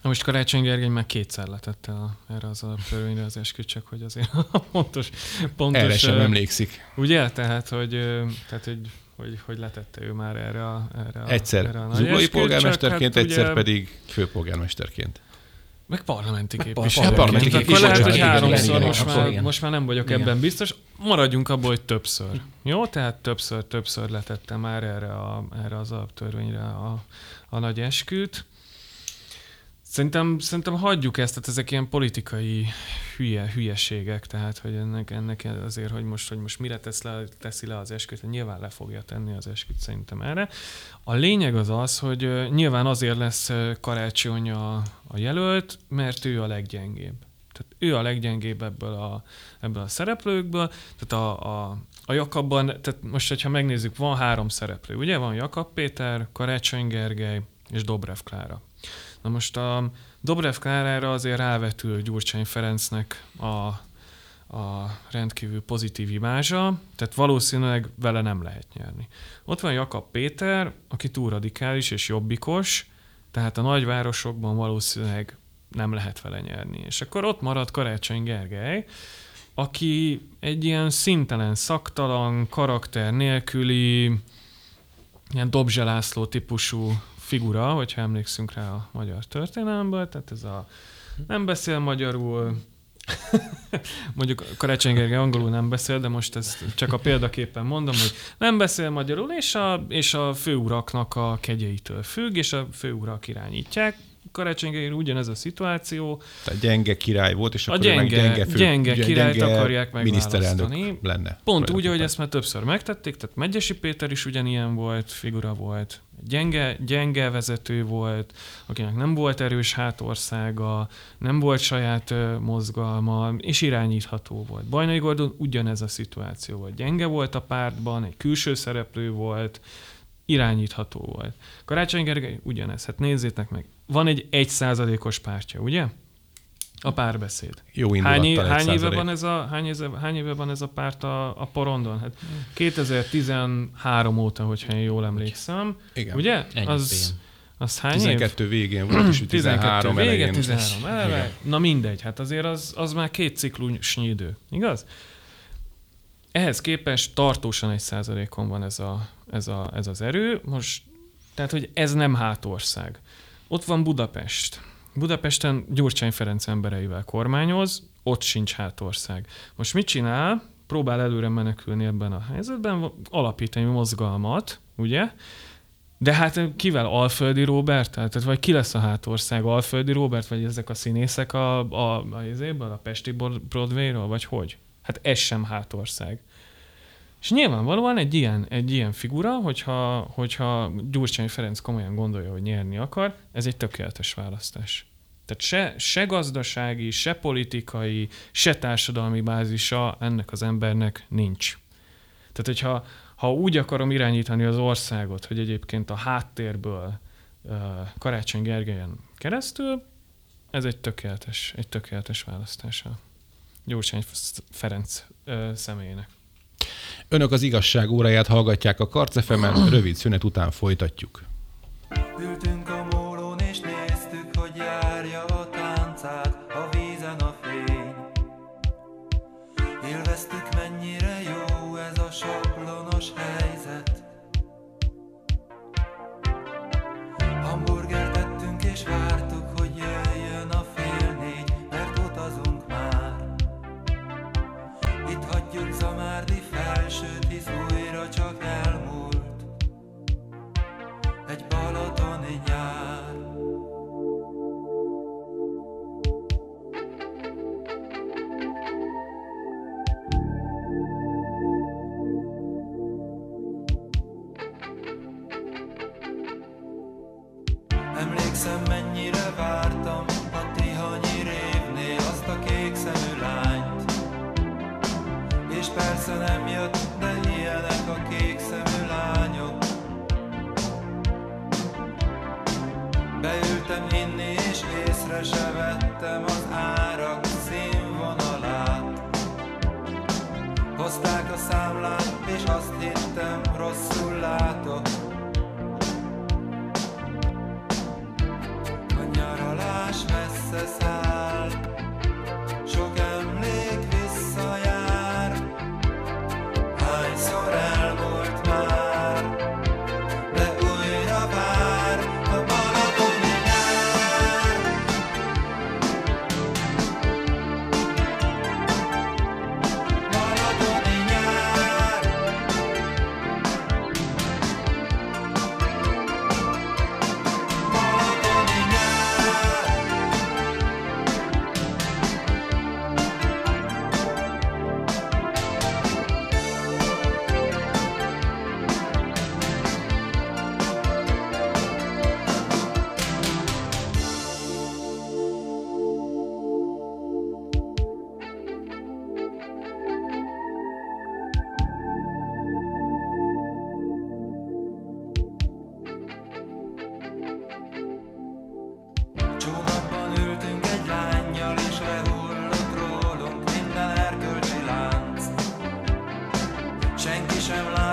Na most Karácsony Gergely már kétszer letette a, erre az alaptörvényre az esküt, csak hogy azért a pontos, pontos... Erre sem emlékszik. Ugye? Tehát, hogy, tehát, hogy, hogy, hogy letette ő már erre a, erre a, egyszer erre a zuglói polgármesterként, hát egyszer ugye, pedig főpolgármesterként. meg parlamenti Meg képviselőként. parlamenti Akkor képviselő. lehet, hogy Igen, háromszor, igen, most, igen, már, igen. most már nem vagyok Igen. ebben biztos. Maradjunk abból, hogy többször. Jó? Tehát többször, többször letette már erre, a, erre az alaptörvényre a, a nagy esküt. Szerintem, szerintem hagyjuk ezt, tehát ezek ilyen politikai hülye, hülyeségek, tehát hogy ennek, ennek azért, hogy most, hogy most mire tesz le, teszi le az esküt, nyilván le fogja tenni az esküt szerintem erre. A lényeg az az, hogy uh, nyilván azért lesz uh, Karácsony a, a jelölt, mert ő a leggyengébb. Tehát ő a leggyengébb ebből a, ebből a szereplőkből. Tehát a, a, a Jakabban, tehát most, hogyha megnézzük, van három szereplő, ugye? Van Jakab Péter, Karácsony Gergely és Dobrev Klára. Na most a Dobrev Klárára azért rávetül Gyurcsány Ferencnek a, a rendkívül pozitív imázsa, tehát valószínűleg vele nem lehet nyerni. Ott van Jakab Péter, aki túl radikális és jobbikos, tehát a nagyvárosokban valószínűleg nem lehet vele nyerni. És akkor ott marad Karácsony Gergely, aki egy ilyen szintelen, szaktalan, karakter nélküli, ilyen Dobzse László típusú figura, hogyha emlékszünk rá a magyar történelemből, tehát ez a nem beszél magyarul, mondjuk Karácsony Gergely angolul nem beszél, de most ezt csak a példaképpen mondom, hogy nem beszél magyarul, és a, és a főuraknak a kegyeitől függ, és a főurak irányítják. Karácsony Gergely ugyanez a szituáció. Tehát gyenge király volt, és a akkor gyenge, meg gyenge, fő, gyenge királyt gyenge akarják megválasztani. miniszterelnök lenne. Pont úgy, ahogy ezt már többször megtették, tehát Medgyessy Péter is ugyanilyen volt, figura volt, gyenge, gyenge vezető volt, akinek nem volt erős hátországa, nem volt saját uh, mozgalma, és irányítható volt. Bajnai Gordon ugyanez a szituáció volt. Gyenge volt a pártban, egy külső szereplő volt, irányítható volt. Karácsony Gergely ugyanez. Hát nézzétek meg. Van egy egy százalékos pártja, ugye? A Párbeszéd. Jó hány, indulattal hány, egy éve százalék. van ez a, hány, éve, hány éve van ez a párt a, a porondon? Hát kétezer-tizenhárom óta, hogyha én jól emlékszem. Igen. Ugye? Ennyi, Az, az hány év? tizenkettő végén volt, és tizenhárom vége, elején. tizenhárom eleve. Igen. Na mindegy, hát azért az, az már két ciklusnyi idő, igaz? Ehhez képest tartósan egy százalékon van ez, a, ez, a, ez az erő. Most, tehát, hogy ez nem hátország. Ott van Budapest. Budapesten Gyurcsány Ferenc embereivel kormányoz, ott sincs hátország. Most mit csinál? Próbál előre menekülni ebben a helyzetben, alapít egy mozgalmat, ugye? De hát kivel? Alföldi Róbert? Tehát, vagy ki lesz a hátország? Alföldi Róbert? Vagy ezek a színészek a, a, a, a, a Pesti Broadway-ról? Vagy hogy? Hát ez sem hátország. És nyilvánvalóan egy ilyen, egy ilyen figura, hogyha, hogyha Gyurcsány Ferenc komolyan gondolja, hogy nyerni akar, ez egy tökéletes választás. Tehát se, se gazdasági, se politikai, se társadalmi bázisa ennek az embernek nincs. Tehát, hogyha ha úgy akarom irányítani az országot, hogy egyébként a háttérből uh, Karácsony Gergelyen keresztül, ez egy tökéletes, egy tökéletes választása Gyurcsány Ferenc uh, személyének. Önök az igazság óráját hallgatják a Karc ef emen, rövid szünet után folytatjuk. Ültünk a mólón és néztük, hogy járja a táncát, a vízen a fény. Élveztük, mennyire jó ez a sablonos helyzet. Hamburgert tettünk és vártuk, hogy jöjjön a fél négy, mert utazunk már. Itt hagyjuk Zamárdi felsőt, hisz újra csak elmúlt egy balatoni nyár. Emlékszem, mennyire vártam a Tihanyi révnél azt a kék szemű lányt. És persze nem jött, de ilyenek a kék szemű lányok. Beültem inni és észre se vettem az árak színvonalát. Hozták a számlát és azt hittem, rosszul látok. A nyaralás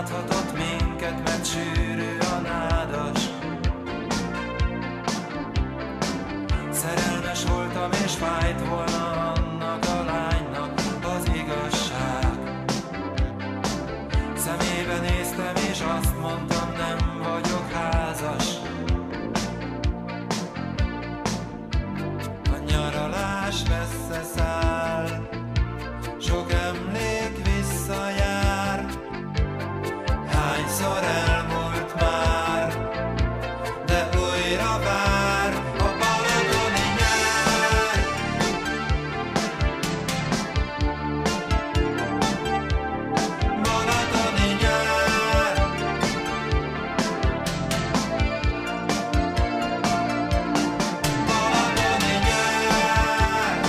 láthatott minket, mert sűrű a nádas. Szerelmes voltam és fájt volna annak a lánynak az igazság. Szemébe néztem és azt mondtam, nem vagyok házas. A nyaralás messze száll, sok emlék visszajár. Hányszor elmúlt már, de újra vár a balatoni nyár. Balatoni nyár. Balatoni nyár.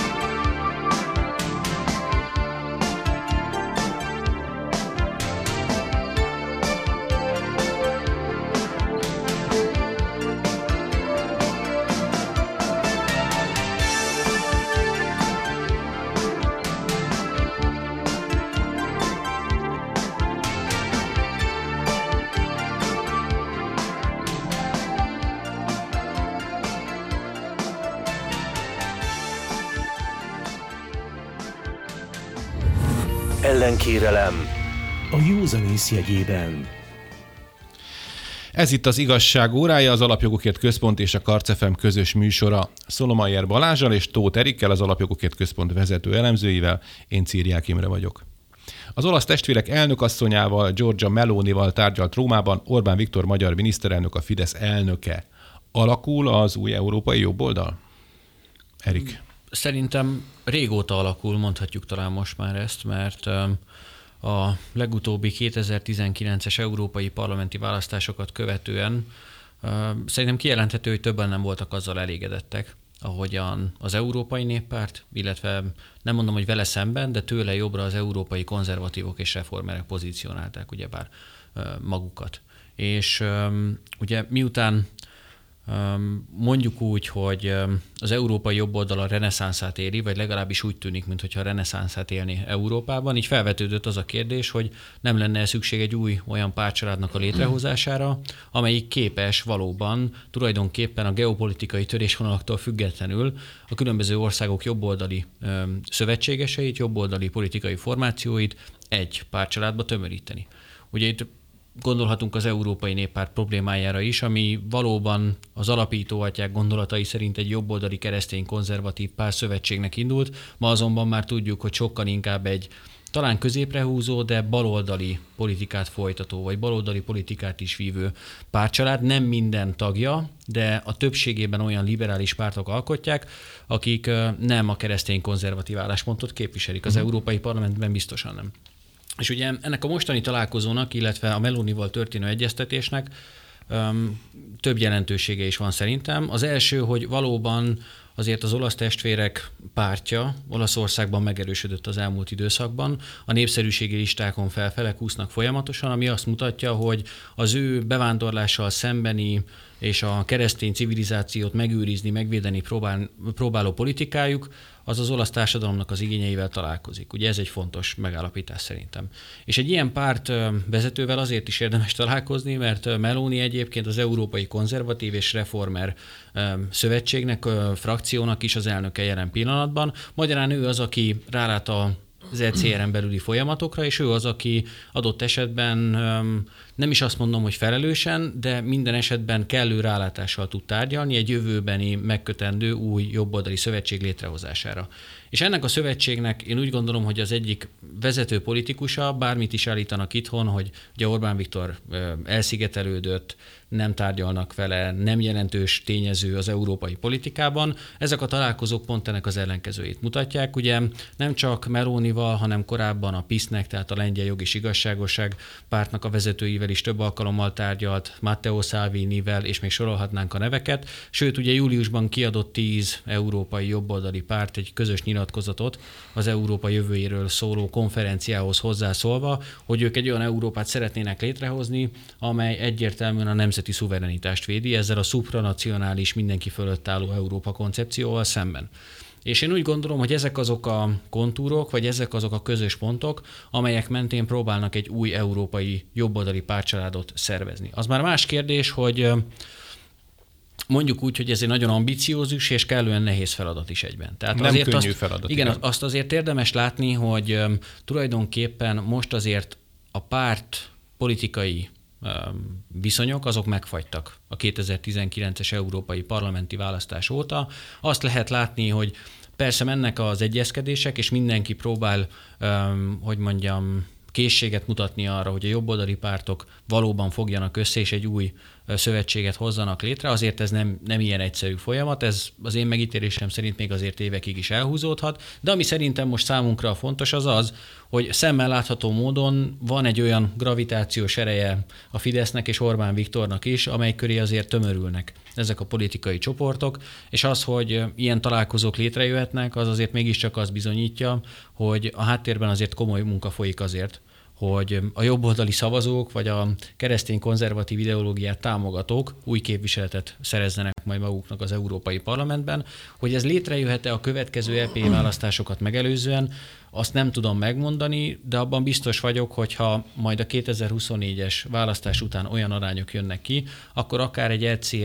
Ellenkérelem a józanész jegyében. Ez itt az Igazság órája, az Alapjogokért Központ és a Karc ef em közös műsora. Szolomayer Balázsal és Tóth Erikkel, az Alapjogokért Központ vezető elemzőivel. Én Círiák Imre vagyok. Az olasz testvérek elnökasszonyával, Giorgia Melonival tárgyalt Rómában Orbán Viktor magyar miniszterelnök, a Fidesz elnöke. Alakul az új európai jobboldal? Erik. Szerintem régóta alakul, mondhatjuk talán most már ezt, mert a legutóbbi kétezer-tizenkilences európai parlamenti választásokat követően szerintem kijelenthető, hogy többen nem voltak azzal elégedettek, ahogyan az Európai Néppárt, illetve nem mondom, hogy vele szemben, de tőle jobbra az európai konzervatívok és reformerek pozícionálták ugyebár magukat. És ugye miután mondjuk úgy, hogy az európai jobboldal a reneszánszát éli, vagy legalábbis úgy tűnik, mintha a reneszánszát élni Európában, így felvetődött az a kérdés, hogy nem lenne szükség egy új olyan pártcsaládnak a létrehozására, amelyik képes valóban tulajdonképpen a geopolitikai törésvonalaktól függetlenül a különböző országok jobboldali szövetségeseit, jobboldali politikai formációit egy pártcsaládba tömöríteni. Ugye itt gondolhatunk az Európai Néppárt problémájára is, ami valóban az alapító atyák gondolatai szerint egy jobboldali keresztény konzervatív párszövetségnek indult, ma azonban már tudjuk, hogy sokkal inkább egy talán középre húzó, de baloldali politikát folytató, vagy baloldali politikát is vívő pártcsalád. Nem minden tagja, de a többségében olyan liberális pártok alkotják, akik nem a keresztény konzervatív álláspontot képviselik. Az uh-huh. Európai Parlamentben biztosan nem. És ugye ennek a mostani találkozónak, illetve a Melonival történő egyeztetésnek öm, több jelentősége is van szerintem. Az első, hogy valóban azért az olasz testvérek pártja Olaszországban megerősödött az elmúlt időszakban. A népszerűségi listákon felfele kúsznak folyamatosan, ami azt mutatja, hogy az ő bevándorlással szembeni és a keresztény civilizációt megőrizni, megvédeni próbál, próbáló politikájuk, az az olasz társadalomnak az igényeivel találkozik. Ugye ez egy fontos megállapítás szerintem. És egy ilyen párt vezetővel azért is érdemes találkozni, mert Meloni egyébként az Európai Konzervatív és Reformer Szövetségnek, frakciónak is az elnöke jelen pillanatban. Magyarán ő az, aki rálát a az é cé er-en belüli folyamatokra, és ő az, aki adott esetben nem is azt mondom, hogy felelősen, de minden esetben kellő rálátással tud tárgyalni egy jövőbeni megkötendő új jobboldali szövetség létrehozására. És ennek a szövetségnek én úgy gondolom, hogy az egyik vezető politikusa, bármit is állítanak itthon, hogy ugye Orbán Viktor elszigetelődött, nem tárgyalnak vele, nem jelentős tényező az európai politikában. Ezek a találkozók pont ennek az ellenkezőjét mutatják. Ugye nem csak Melonival, hanem korábban a PiS-nek, tehát a Lengyel Jog és Igazságosság pártnak a vezetőivel is több alkalommal tárgyalt, Matteo Salvinivel, és még sorolhatnánk a neveket. Sőt, ugye júliusban kiadott tíz európai jobboldali párt egy közös nyilatkozatot az Európa jövőjéről szóló konferenciához hozzászólva, hogy ők egy olyan Európát szeretnének létrehozni, amely egyértelműen a nemzeti szuverenitást védi, ezzel a szupranacionális, mindenki fölött álló Európa koncepcióval szemben. És én úgy gondolom, hogy ezek azok a kontúrok, vagy ezek azok a közös pontok, amelyek mentén próbálnak egy új európai jobboldali pártcsaládot szervezni. Az már más kérdés, hogy mondjuk úgy, hogy ez egy nagyon ambiciózus és kellően nehéz feladat is egyben. Tehát Nem azért könnyű azt, feladat. Igen, igen, azt azért érdemes látni, hogy um, tulajdonképpen most azért a párt politikai um, viszonyok, azok megfagytak a kétezer-tizenkilences európai parlamenti választás óta. Azt lehet látni, hogy persze mennek az egyezkedések, és mindenki próbál, um, hogy mondjam, készséget mutatni arra, hogy a jobboldali pártok valóban fogjanak össze, és egy új szövetséget hozzanak létre. Azért ez nem, nem ilyen egyszerű folyamat, ez az én megítélésem szerint még azért évekig is elhúzódhat, de ami szerintem most számunkra fontos az az, hogy szemmel látható módon van egy olyan gravitációs ereje a Fidesznek és Orbán Viktornak is, amely köré azért tömörülnek ezek a politikai csoportok, és az, hogy ilyen találkozók létrejöhetnek, az azért mégiscsak azt bizonyítja, hogy a háttérben azért komoly munka folyik azért, hogy a jobboldali szavazók vagy a keresztény konzervatív ideológiát támogatók új képviseletet szerezzenek majd maguknak az Európai Parlamentben. Hogy ez létrejöhet-e a következő é pé választásokat megelőzően, azt nem tudom megmondani, de abban biztos vagyok, hogy ha majd a kétezer-huszonnégyes választás után olyan arányok jönnek ki, akkor akár egy é cé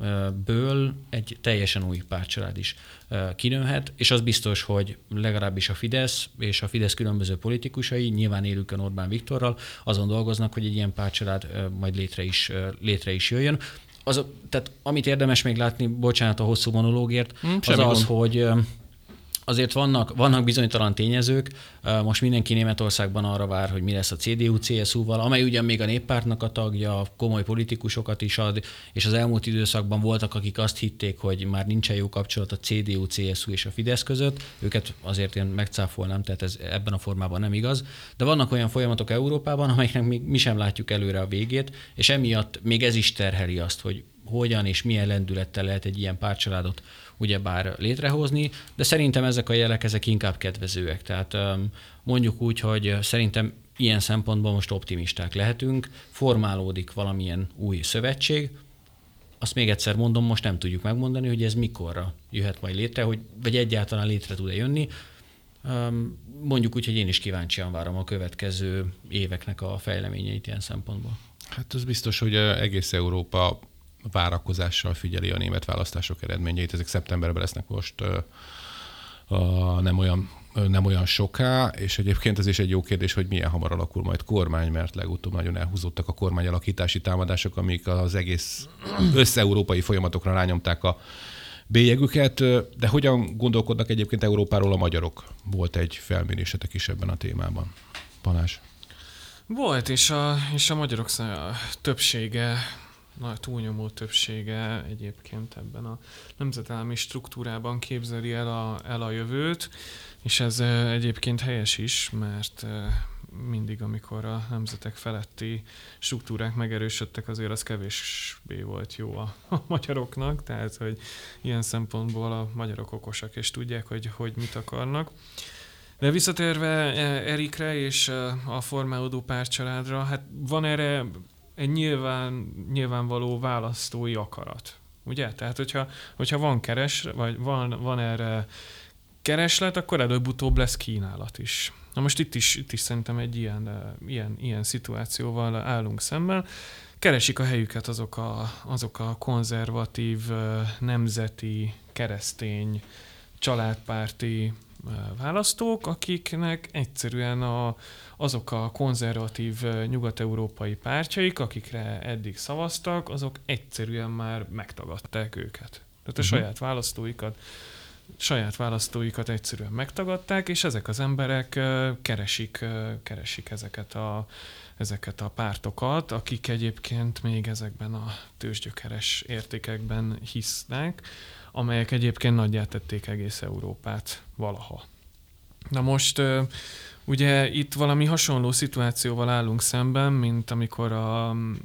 er-ből egy teljesen új pártcsalád is kinőhet, és az biztos, hogy legalábbis a Fidesz és a Fidesz különböző politikusai, nyilván élükön Orbán Viktorral, azon dolgoznak, hogy egy ilyen pártcsalád majd létre is, létre is jöjjön. Az, tehát amit érdemes még látni, bocsánat a hosszú monológért, hmm, az az, hogy azért vannak, vannak bizonytalan tényezők. Most mindenki Németországban arra vár, hogy mi lesz a cé dé u cé es u-val, amely ugyan még a néppártnak a tagja, komoly politikusokat is ad, és az elmúlt időszakban voltak, akik azt hitték, hogy már nincsen jó kapcsolat a cé dé u cé es u és a Fidesz között. Őket azért én megcáfolnám, tehát ez ebben a formában nem igaz. De vannak olyan folyamatok Európában, amelyeknek még mi sem látjuk előre a végét, és emiatt még ez is terheli azt, hogy hogyan és milyen lendülettel lehet egy ilyen pártcsaládot ugyebár létrehozni, de szerintem ezek a jelek, ezek inkább kedvezőek. Tehát mondjuk úgy, hogy szerintem ilyen szempontból most optimisták lehetünk, formálódik valamilyen új szövetség, azt még egyszer mondom, most nem tudjuk megmondani, hogy ez mikorra jöhet majd létre, hogy, vagy egyáltalán létre tud-e jönni. Mondjuk úgy, hogy én is kíváncsian várom a következő éveknek a fejleményeit ilyen szempontból. Hát az biztos, hogy egész Európa várakozással figyeli a német választások eredményeit. Ezek szeptemberben lesznek most uh, uh, nem, olyan, uh, nem olyan soká, és egyébként ez is egy jó kérdés, hogy milyen hamar alakul majd kormány, mert legutóbb nagyon elhúzódtak a kormányalakítási támadások, amik az egész össze-európai folyamatokra rányomták a bélyegüket. De hogyan gondolkodnak egyébként Európáról a magyarok? Volt egy felmérésetek is ebben a témában. Balázs? Volt, és a, és a magyarok többsége, a túlnyomó többsége egyébként ebben a nemzetállami struktúrában képzeli el a, el a jövőt, és ez egyébként helyes is, mert mindig, amikor a nemzetek feletti struktúrák megerősödtek, azért az kevésbé volt jó a, a magyaroknak, tehát hogy ilyen szempontból a magyarok okosak, és tudják, hogy, hogy mit akarnak. De visszatérve Erikre és a formálódó pártcsaládra, hát van erre egy nyilván, nyilvánvaló választói akarat, ugye? Tehát, hogyha, hogyha van keres, vagy van, van erre kereslet, akkor előbb-utóbb lesz kínálat is. Na most itt is, itt is szerintem egy ilyen, ilyen, ilyen szituációval állunk szemben. Keresik a helyüket azok a, azok a konzervatív, nemzeti, keresztény, családpárti választók, akiknek egyszerűen a, azok a konzervatív nyugat-európai pártjaik, akikre eddig szavaztak, azok egyszerűen már megtagadták őket. Tehát a uh-huh. saját választóikat, saját választóikat egyszerűen megtagadták, és ezek az emberek keresik, keresik ezeket a, ezeket a pártokat, akik egyébként még ezekben a tőzsgyökeres értékekben hisznek, amelyek egyébként nagyjá tették egész Európát valaha. Na most ugye itt valami hasonló szituációval állunk szemben, mint amikor a,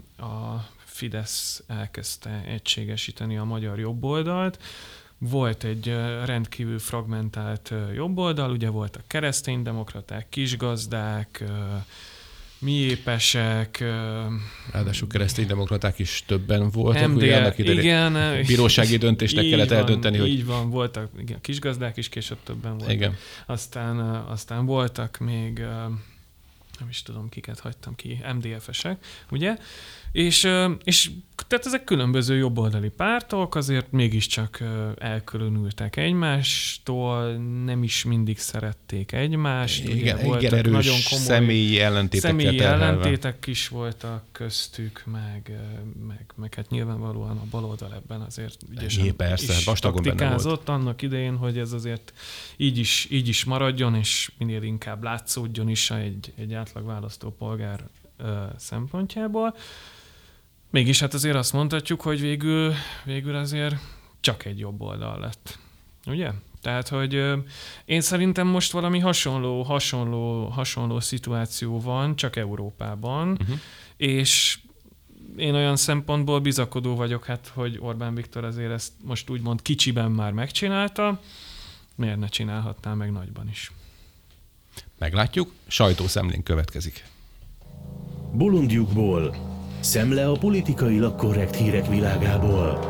a Fidesz elkezdte egységesíteni a magyar jobboldalt. Volt egy rendkívül fragmentált jobboldal, ugye voltak kereszténydemokraták, kisgazdák, mi épesek, Ráadásul kereszténydemokraták is többen voltak. em dé Ugye el, annak idején igen. bírósági döntésnek így kellett van, eldönteni, hogy... Így van, voltak igen, kisgazdák is később többen voltak. Igen. Aztán, aztán voltak még, nem is tudom, kiket hagytam ki, em dé ef-esek, ugye? És, és tehát ezek különböző jobboldali pártok, azért mégiscsak elkülönültek egymástól, nem is mindig szerették egymást. Igen, ugye, igen, voltak erős nagyon komoly személyi ellentétekkel személyi terhelve. ellentétek is voltak köztük, meg, meg, meg hát nyilvánvalóan a baloldal ebben azért ügyesen Jé, persze, is vastagon benne taktikázott annak idején, hogy ez azért így is, így is maradjon, és minél inkább látszódjon is egy, egy átlag választópolgár ö, szempontjából. Mégis hát azért azt mondhatjuk, hogy végül, végül azért csak egy jobb oldal lett. Ugye? Tehát, hogy ö, én szerintem most valami hasonló, hasonló, hasonló szituáció van, csak Európában, uh-huh. és én olyan szempontból bizakodó vagyok, hát, hogy Orbán Viktor azért ezt most úgymond kicsiben már megcsinálta, miért ne csinálhatná meg nagyban is. Meglátjuk, sajtószemlén következik. Bolondjukból. Szemle a politikailag korrekt hírek világából.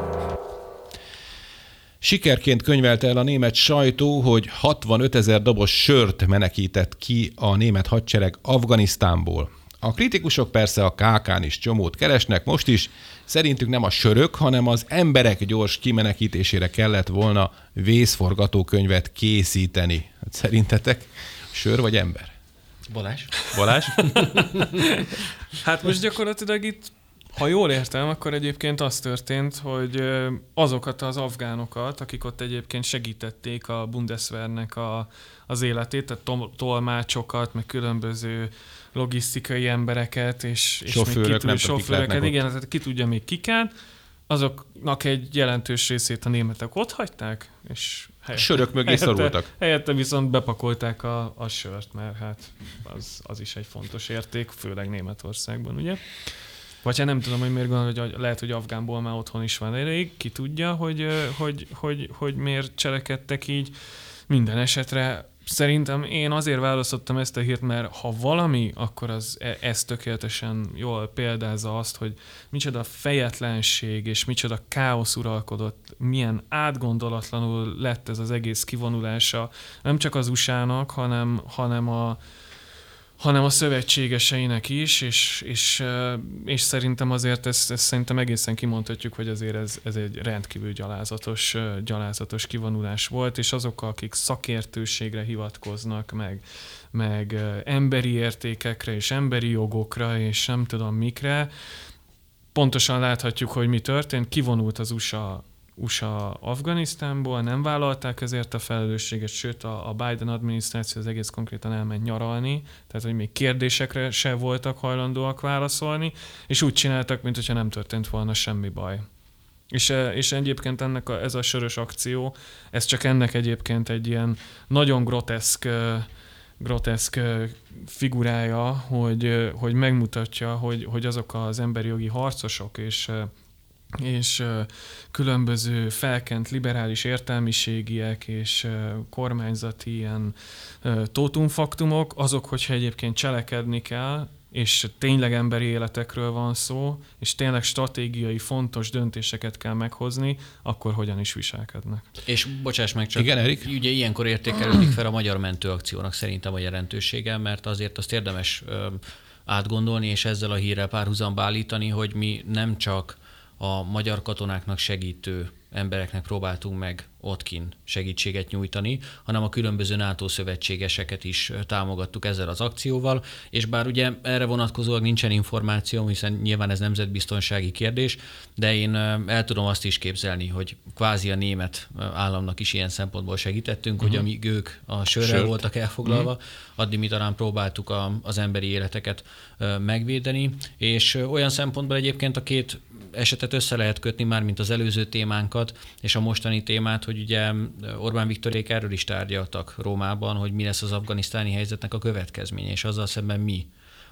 Sikerként könyvelte el a német sajtó, hogy hatvanötezer doboz sört menekített ki a német hadsereg Afganisztánból. A kritikusok persze a ká kán is csomót keresnek most is, szerintük nem a sörök, hanem az emberek gyors kimenekítésére kellett volna vészforgatókönyvet készíteni. Hát szerintetek sör vagy ember? Balázs? Balázs? Hát most gyakorlatilag itt, ha jól értem, akkor egyébként az történt, hogy azokat az afgánokat, akik ott egyébként segítették a Bundeswehrnek a, az életét, tehát tol- tolmácsokat, meg különböző logisztikai embereket, és, és Sofőrök, még ki nem tud, tudom, kik sofőröket, lehetnek igen, tehát ki tudja még kiket, azoknak egy jelentős részét a németek ott hagyták, és helyette, Sörök mögé helyette, szorultak. Helyette viszont bepakolták a, a sört, mert hát az, az is egy fontos érték, főleg Németországban, ugye? Vagy hát nem tudom, hogy miért gondolod, hogy lehet, hogy afgánból már otthon is van elég, ki tudja, hogy, hogy, hogy, hogy miért cselekedtek így. Minden esetre szerintem én azért választottam ezt a hírt, mert ha valami, akkor az ez tökéletesen jól példázza azt, hogy micsoda fejetlenség és micsoda káosz uralkodott, milyen átgondolatlanul lett ez az egész kivonulása, nem csak az u es á-nak, hanem, hanem a hanem a szövetségeseinek is, és, és, és szerintem azért ezt, ezt szerintem egészen kimondhatjuk, hogy azért ez, ez egy rendkívül gyalázatos, gyalázatos kivonulás volt, és azok, akik szakértőségre hivatkoznak, meg, meg emberi értékekre, és emberi jogokra, és nem tudom mikre, pontosan láthatjuk, hogy mi történt, kivonult az u es á u es á Afganisztánból, nem vállalták ezért a felelősséget, sőt a, a Biden adminisztráció az egész konkrétan elment nyaralni, tehát hogy még kérdésekre se voltak hajlandóak válaszolni, és úgy csináltak, mintha nem történt volna semmi baj. És, és egyébként ennek a, ez a sörös akció, ez csak ennek egyébként egy ilyen nagyon groteszk, groteszk figurája, hogy, hogy megmutatja, hogy, hogy azok az emberi jogi harcosok és és különböző felkent liberális értelmiségiek és kormányzati ilyen tótumfaktumok, azok, hogyha egyébként cselekedni kell, és tényleg emberi életekről van szó, és tényleg stratégiai fontos döntéseket kell meghozni, akkor hogyan is viselkednek. És bocsáss meg csak, igen, Erik? Ugye ilyenkor értékelődik fel a magyar mentőakciónak szerintem a jelentősége, mert azért azt érdemes ö, átgondolni, és ezzel a hírrel párhuzamba állítani, hogy mi nem csak a magyar katonáknak segítő embereknek próbáltunk meg ottkin segítséget nyújtani, hanem a különböző NATO szövetségeseket is támogattuk ezzel az akcióval, és bár ugye erre vonatkozóan nincsen információ, hiszen nyilván ez nemzetbiztonsági kérdés, de én el tudom azt is képzelni, hogy kvázi a német államnak is ilyen szempontból segítettünk, uh-huh. hogy amíg ők a sörrel Sört. voltak elfoglalva, uh-huh. addig mi talán próbáltuk a, az emberi életeket megvédeni, és olyan szempontból egyébként a két esetet össze lehet kötni már, mint az előző témánkat, és a mostani témát, hogy ugye Orbán Viktorék erről is tárgyaltak Rómában, hogy mi lesz az afganisztáni helyzetnek a következménye, és azzal szemben mi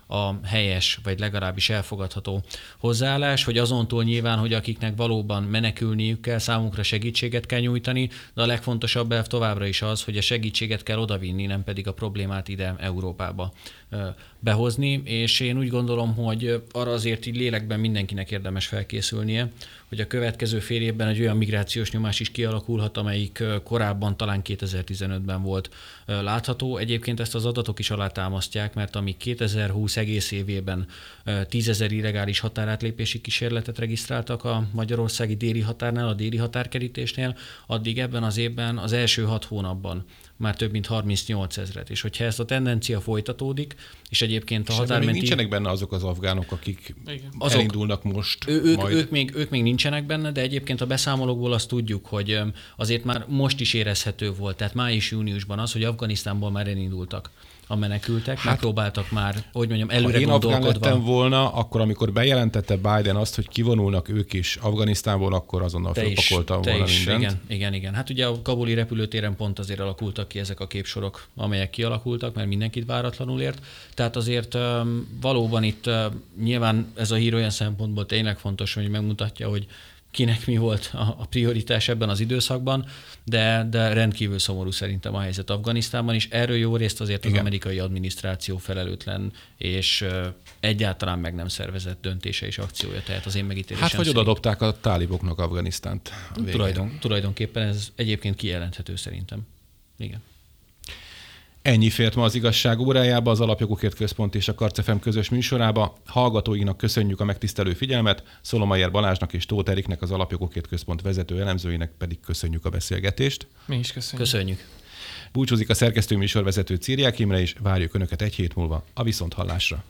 a helyes, vagy legalábbis elfogadható hozzáállás, hogy azontól nyilván, hogy akiknek valóban menekülniük kell, számunkra segítséget kell nyújtani, de a legfontosabb elv továbbra is az, hogy a segítséget kell odavinni, nem pedig a problémát ide Európába behozni, és én úgy gondolom, hogy arra azért így lélekben mindenkinek érdemes felkészülnie, hogy a következő fél évben egy olyan migrációs nyomás is kialakulhat, amelyik korábban talán kétezer-tizenötben volt látható. Egyébként ezt az adatok is alátámasztják, mert amíg kétezer-húsz egész évében tízezer illegális határátlépési kísérletet regisztráltak a magyarországi déli határnál, a déli határkerítésnél, addig ebben az évben az első hat hónapban már több mint harmincnyolc ezret. És hogyha ez a tendencia folytatódik, és egyébként a határmenti... nincsenek benne azok az afgánok, akik Igen. elindulnak most ő, ők, majd... ők, még, ők még nincsenek benne, de egyébként a beszámolókból azt tudjuk, hogy azért már most is érezhető volt, tehát május-júniusban az, hogy Afganisztánból már elindultak a menekültek, hát, megpróbáltak már, hogy mondjam, előre ha én afgán gondolkodva. lettem volna, akkor amikor bejelentette Biden azt, hogy kivonulnak ők is Afganisztánból, akkor azonnal fölpakolta volna is, mindent. Igen, igen, igen. Hát ugye a kabuli repülőtéren pont azért alakultak ki ezek a képsorok, amelyek kialakultak, mert mindenkit váratlanul ért. Tehát azért um, valóban itt uh, nyilván ez a hír olyan szempontból tényleg fontos, hogy megmutatja, hogy kinek mi volt a prioritás ebben az időszakban, de, de rendkívül szomorú szerintem a helyzet Afganisztánban, és erről jó részt azért Igen. az amerikai adminisztráció felelőtlen, és egyáltalán meg nem szervezett döntése és akciója, tehát az én megítélésem Hát vagy oda dobták a táliboknak Afganisztánt. Tulajdon, tulajdonképpen ez egyébként kijelenthető szerintem. Igen. Ennyi fért ma az Igazság órájába, az Alapjogokért Központ és a Karc ef em közös műsorába. Hallgatóinknak köszönjük a megtisztelő figyelmet, Szolomayer Balázsnak és Tóth Eriknek, az Alapjogokért Központ vezető elemzőinek pedig köszönjük a beszélgetést. Mi is köszönjük. Köszönjük. Búcsúzik a szerkesztő műsorvezető Círiák Imre, és várjuk Önöket egy hét múlva a viszonthallásra.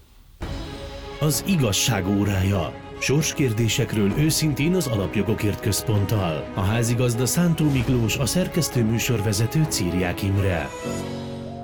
Az Igazság órája. Sorskérdésekről őszintén az Alapjogokért Központtal. A házigazda Szántó Miklós, a szerkesztő műsorvezető Círiák Imre.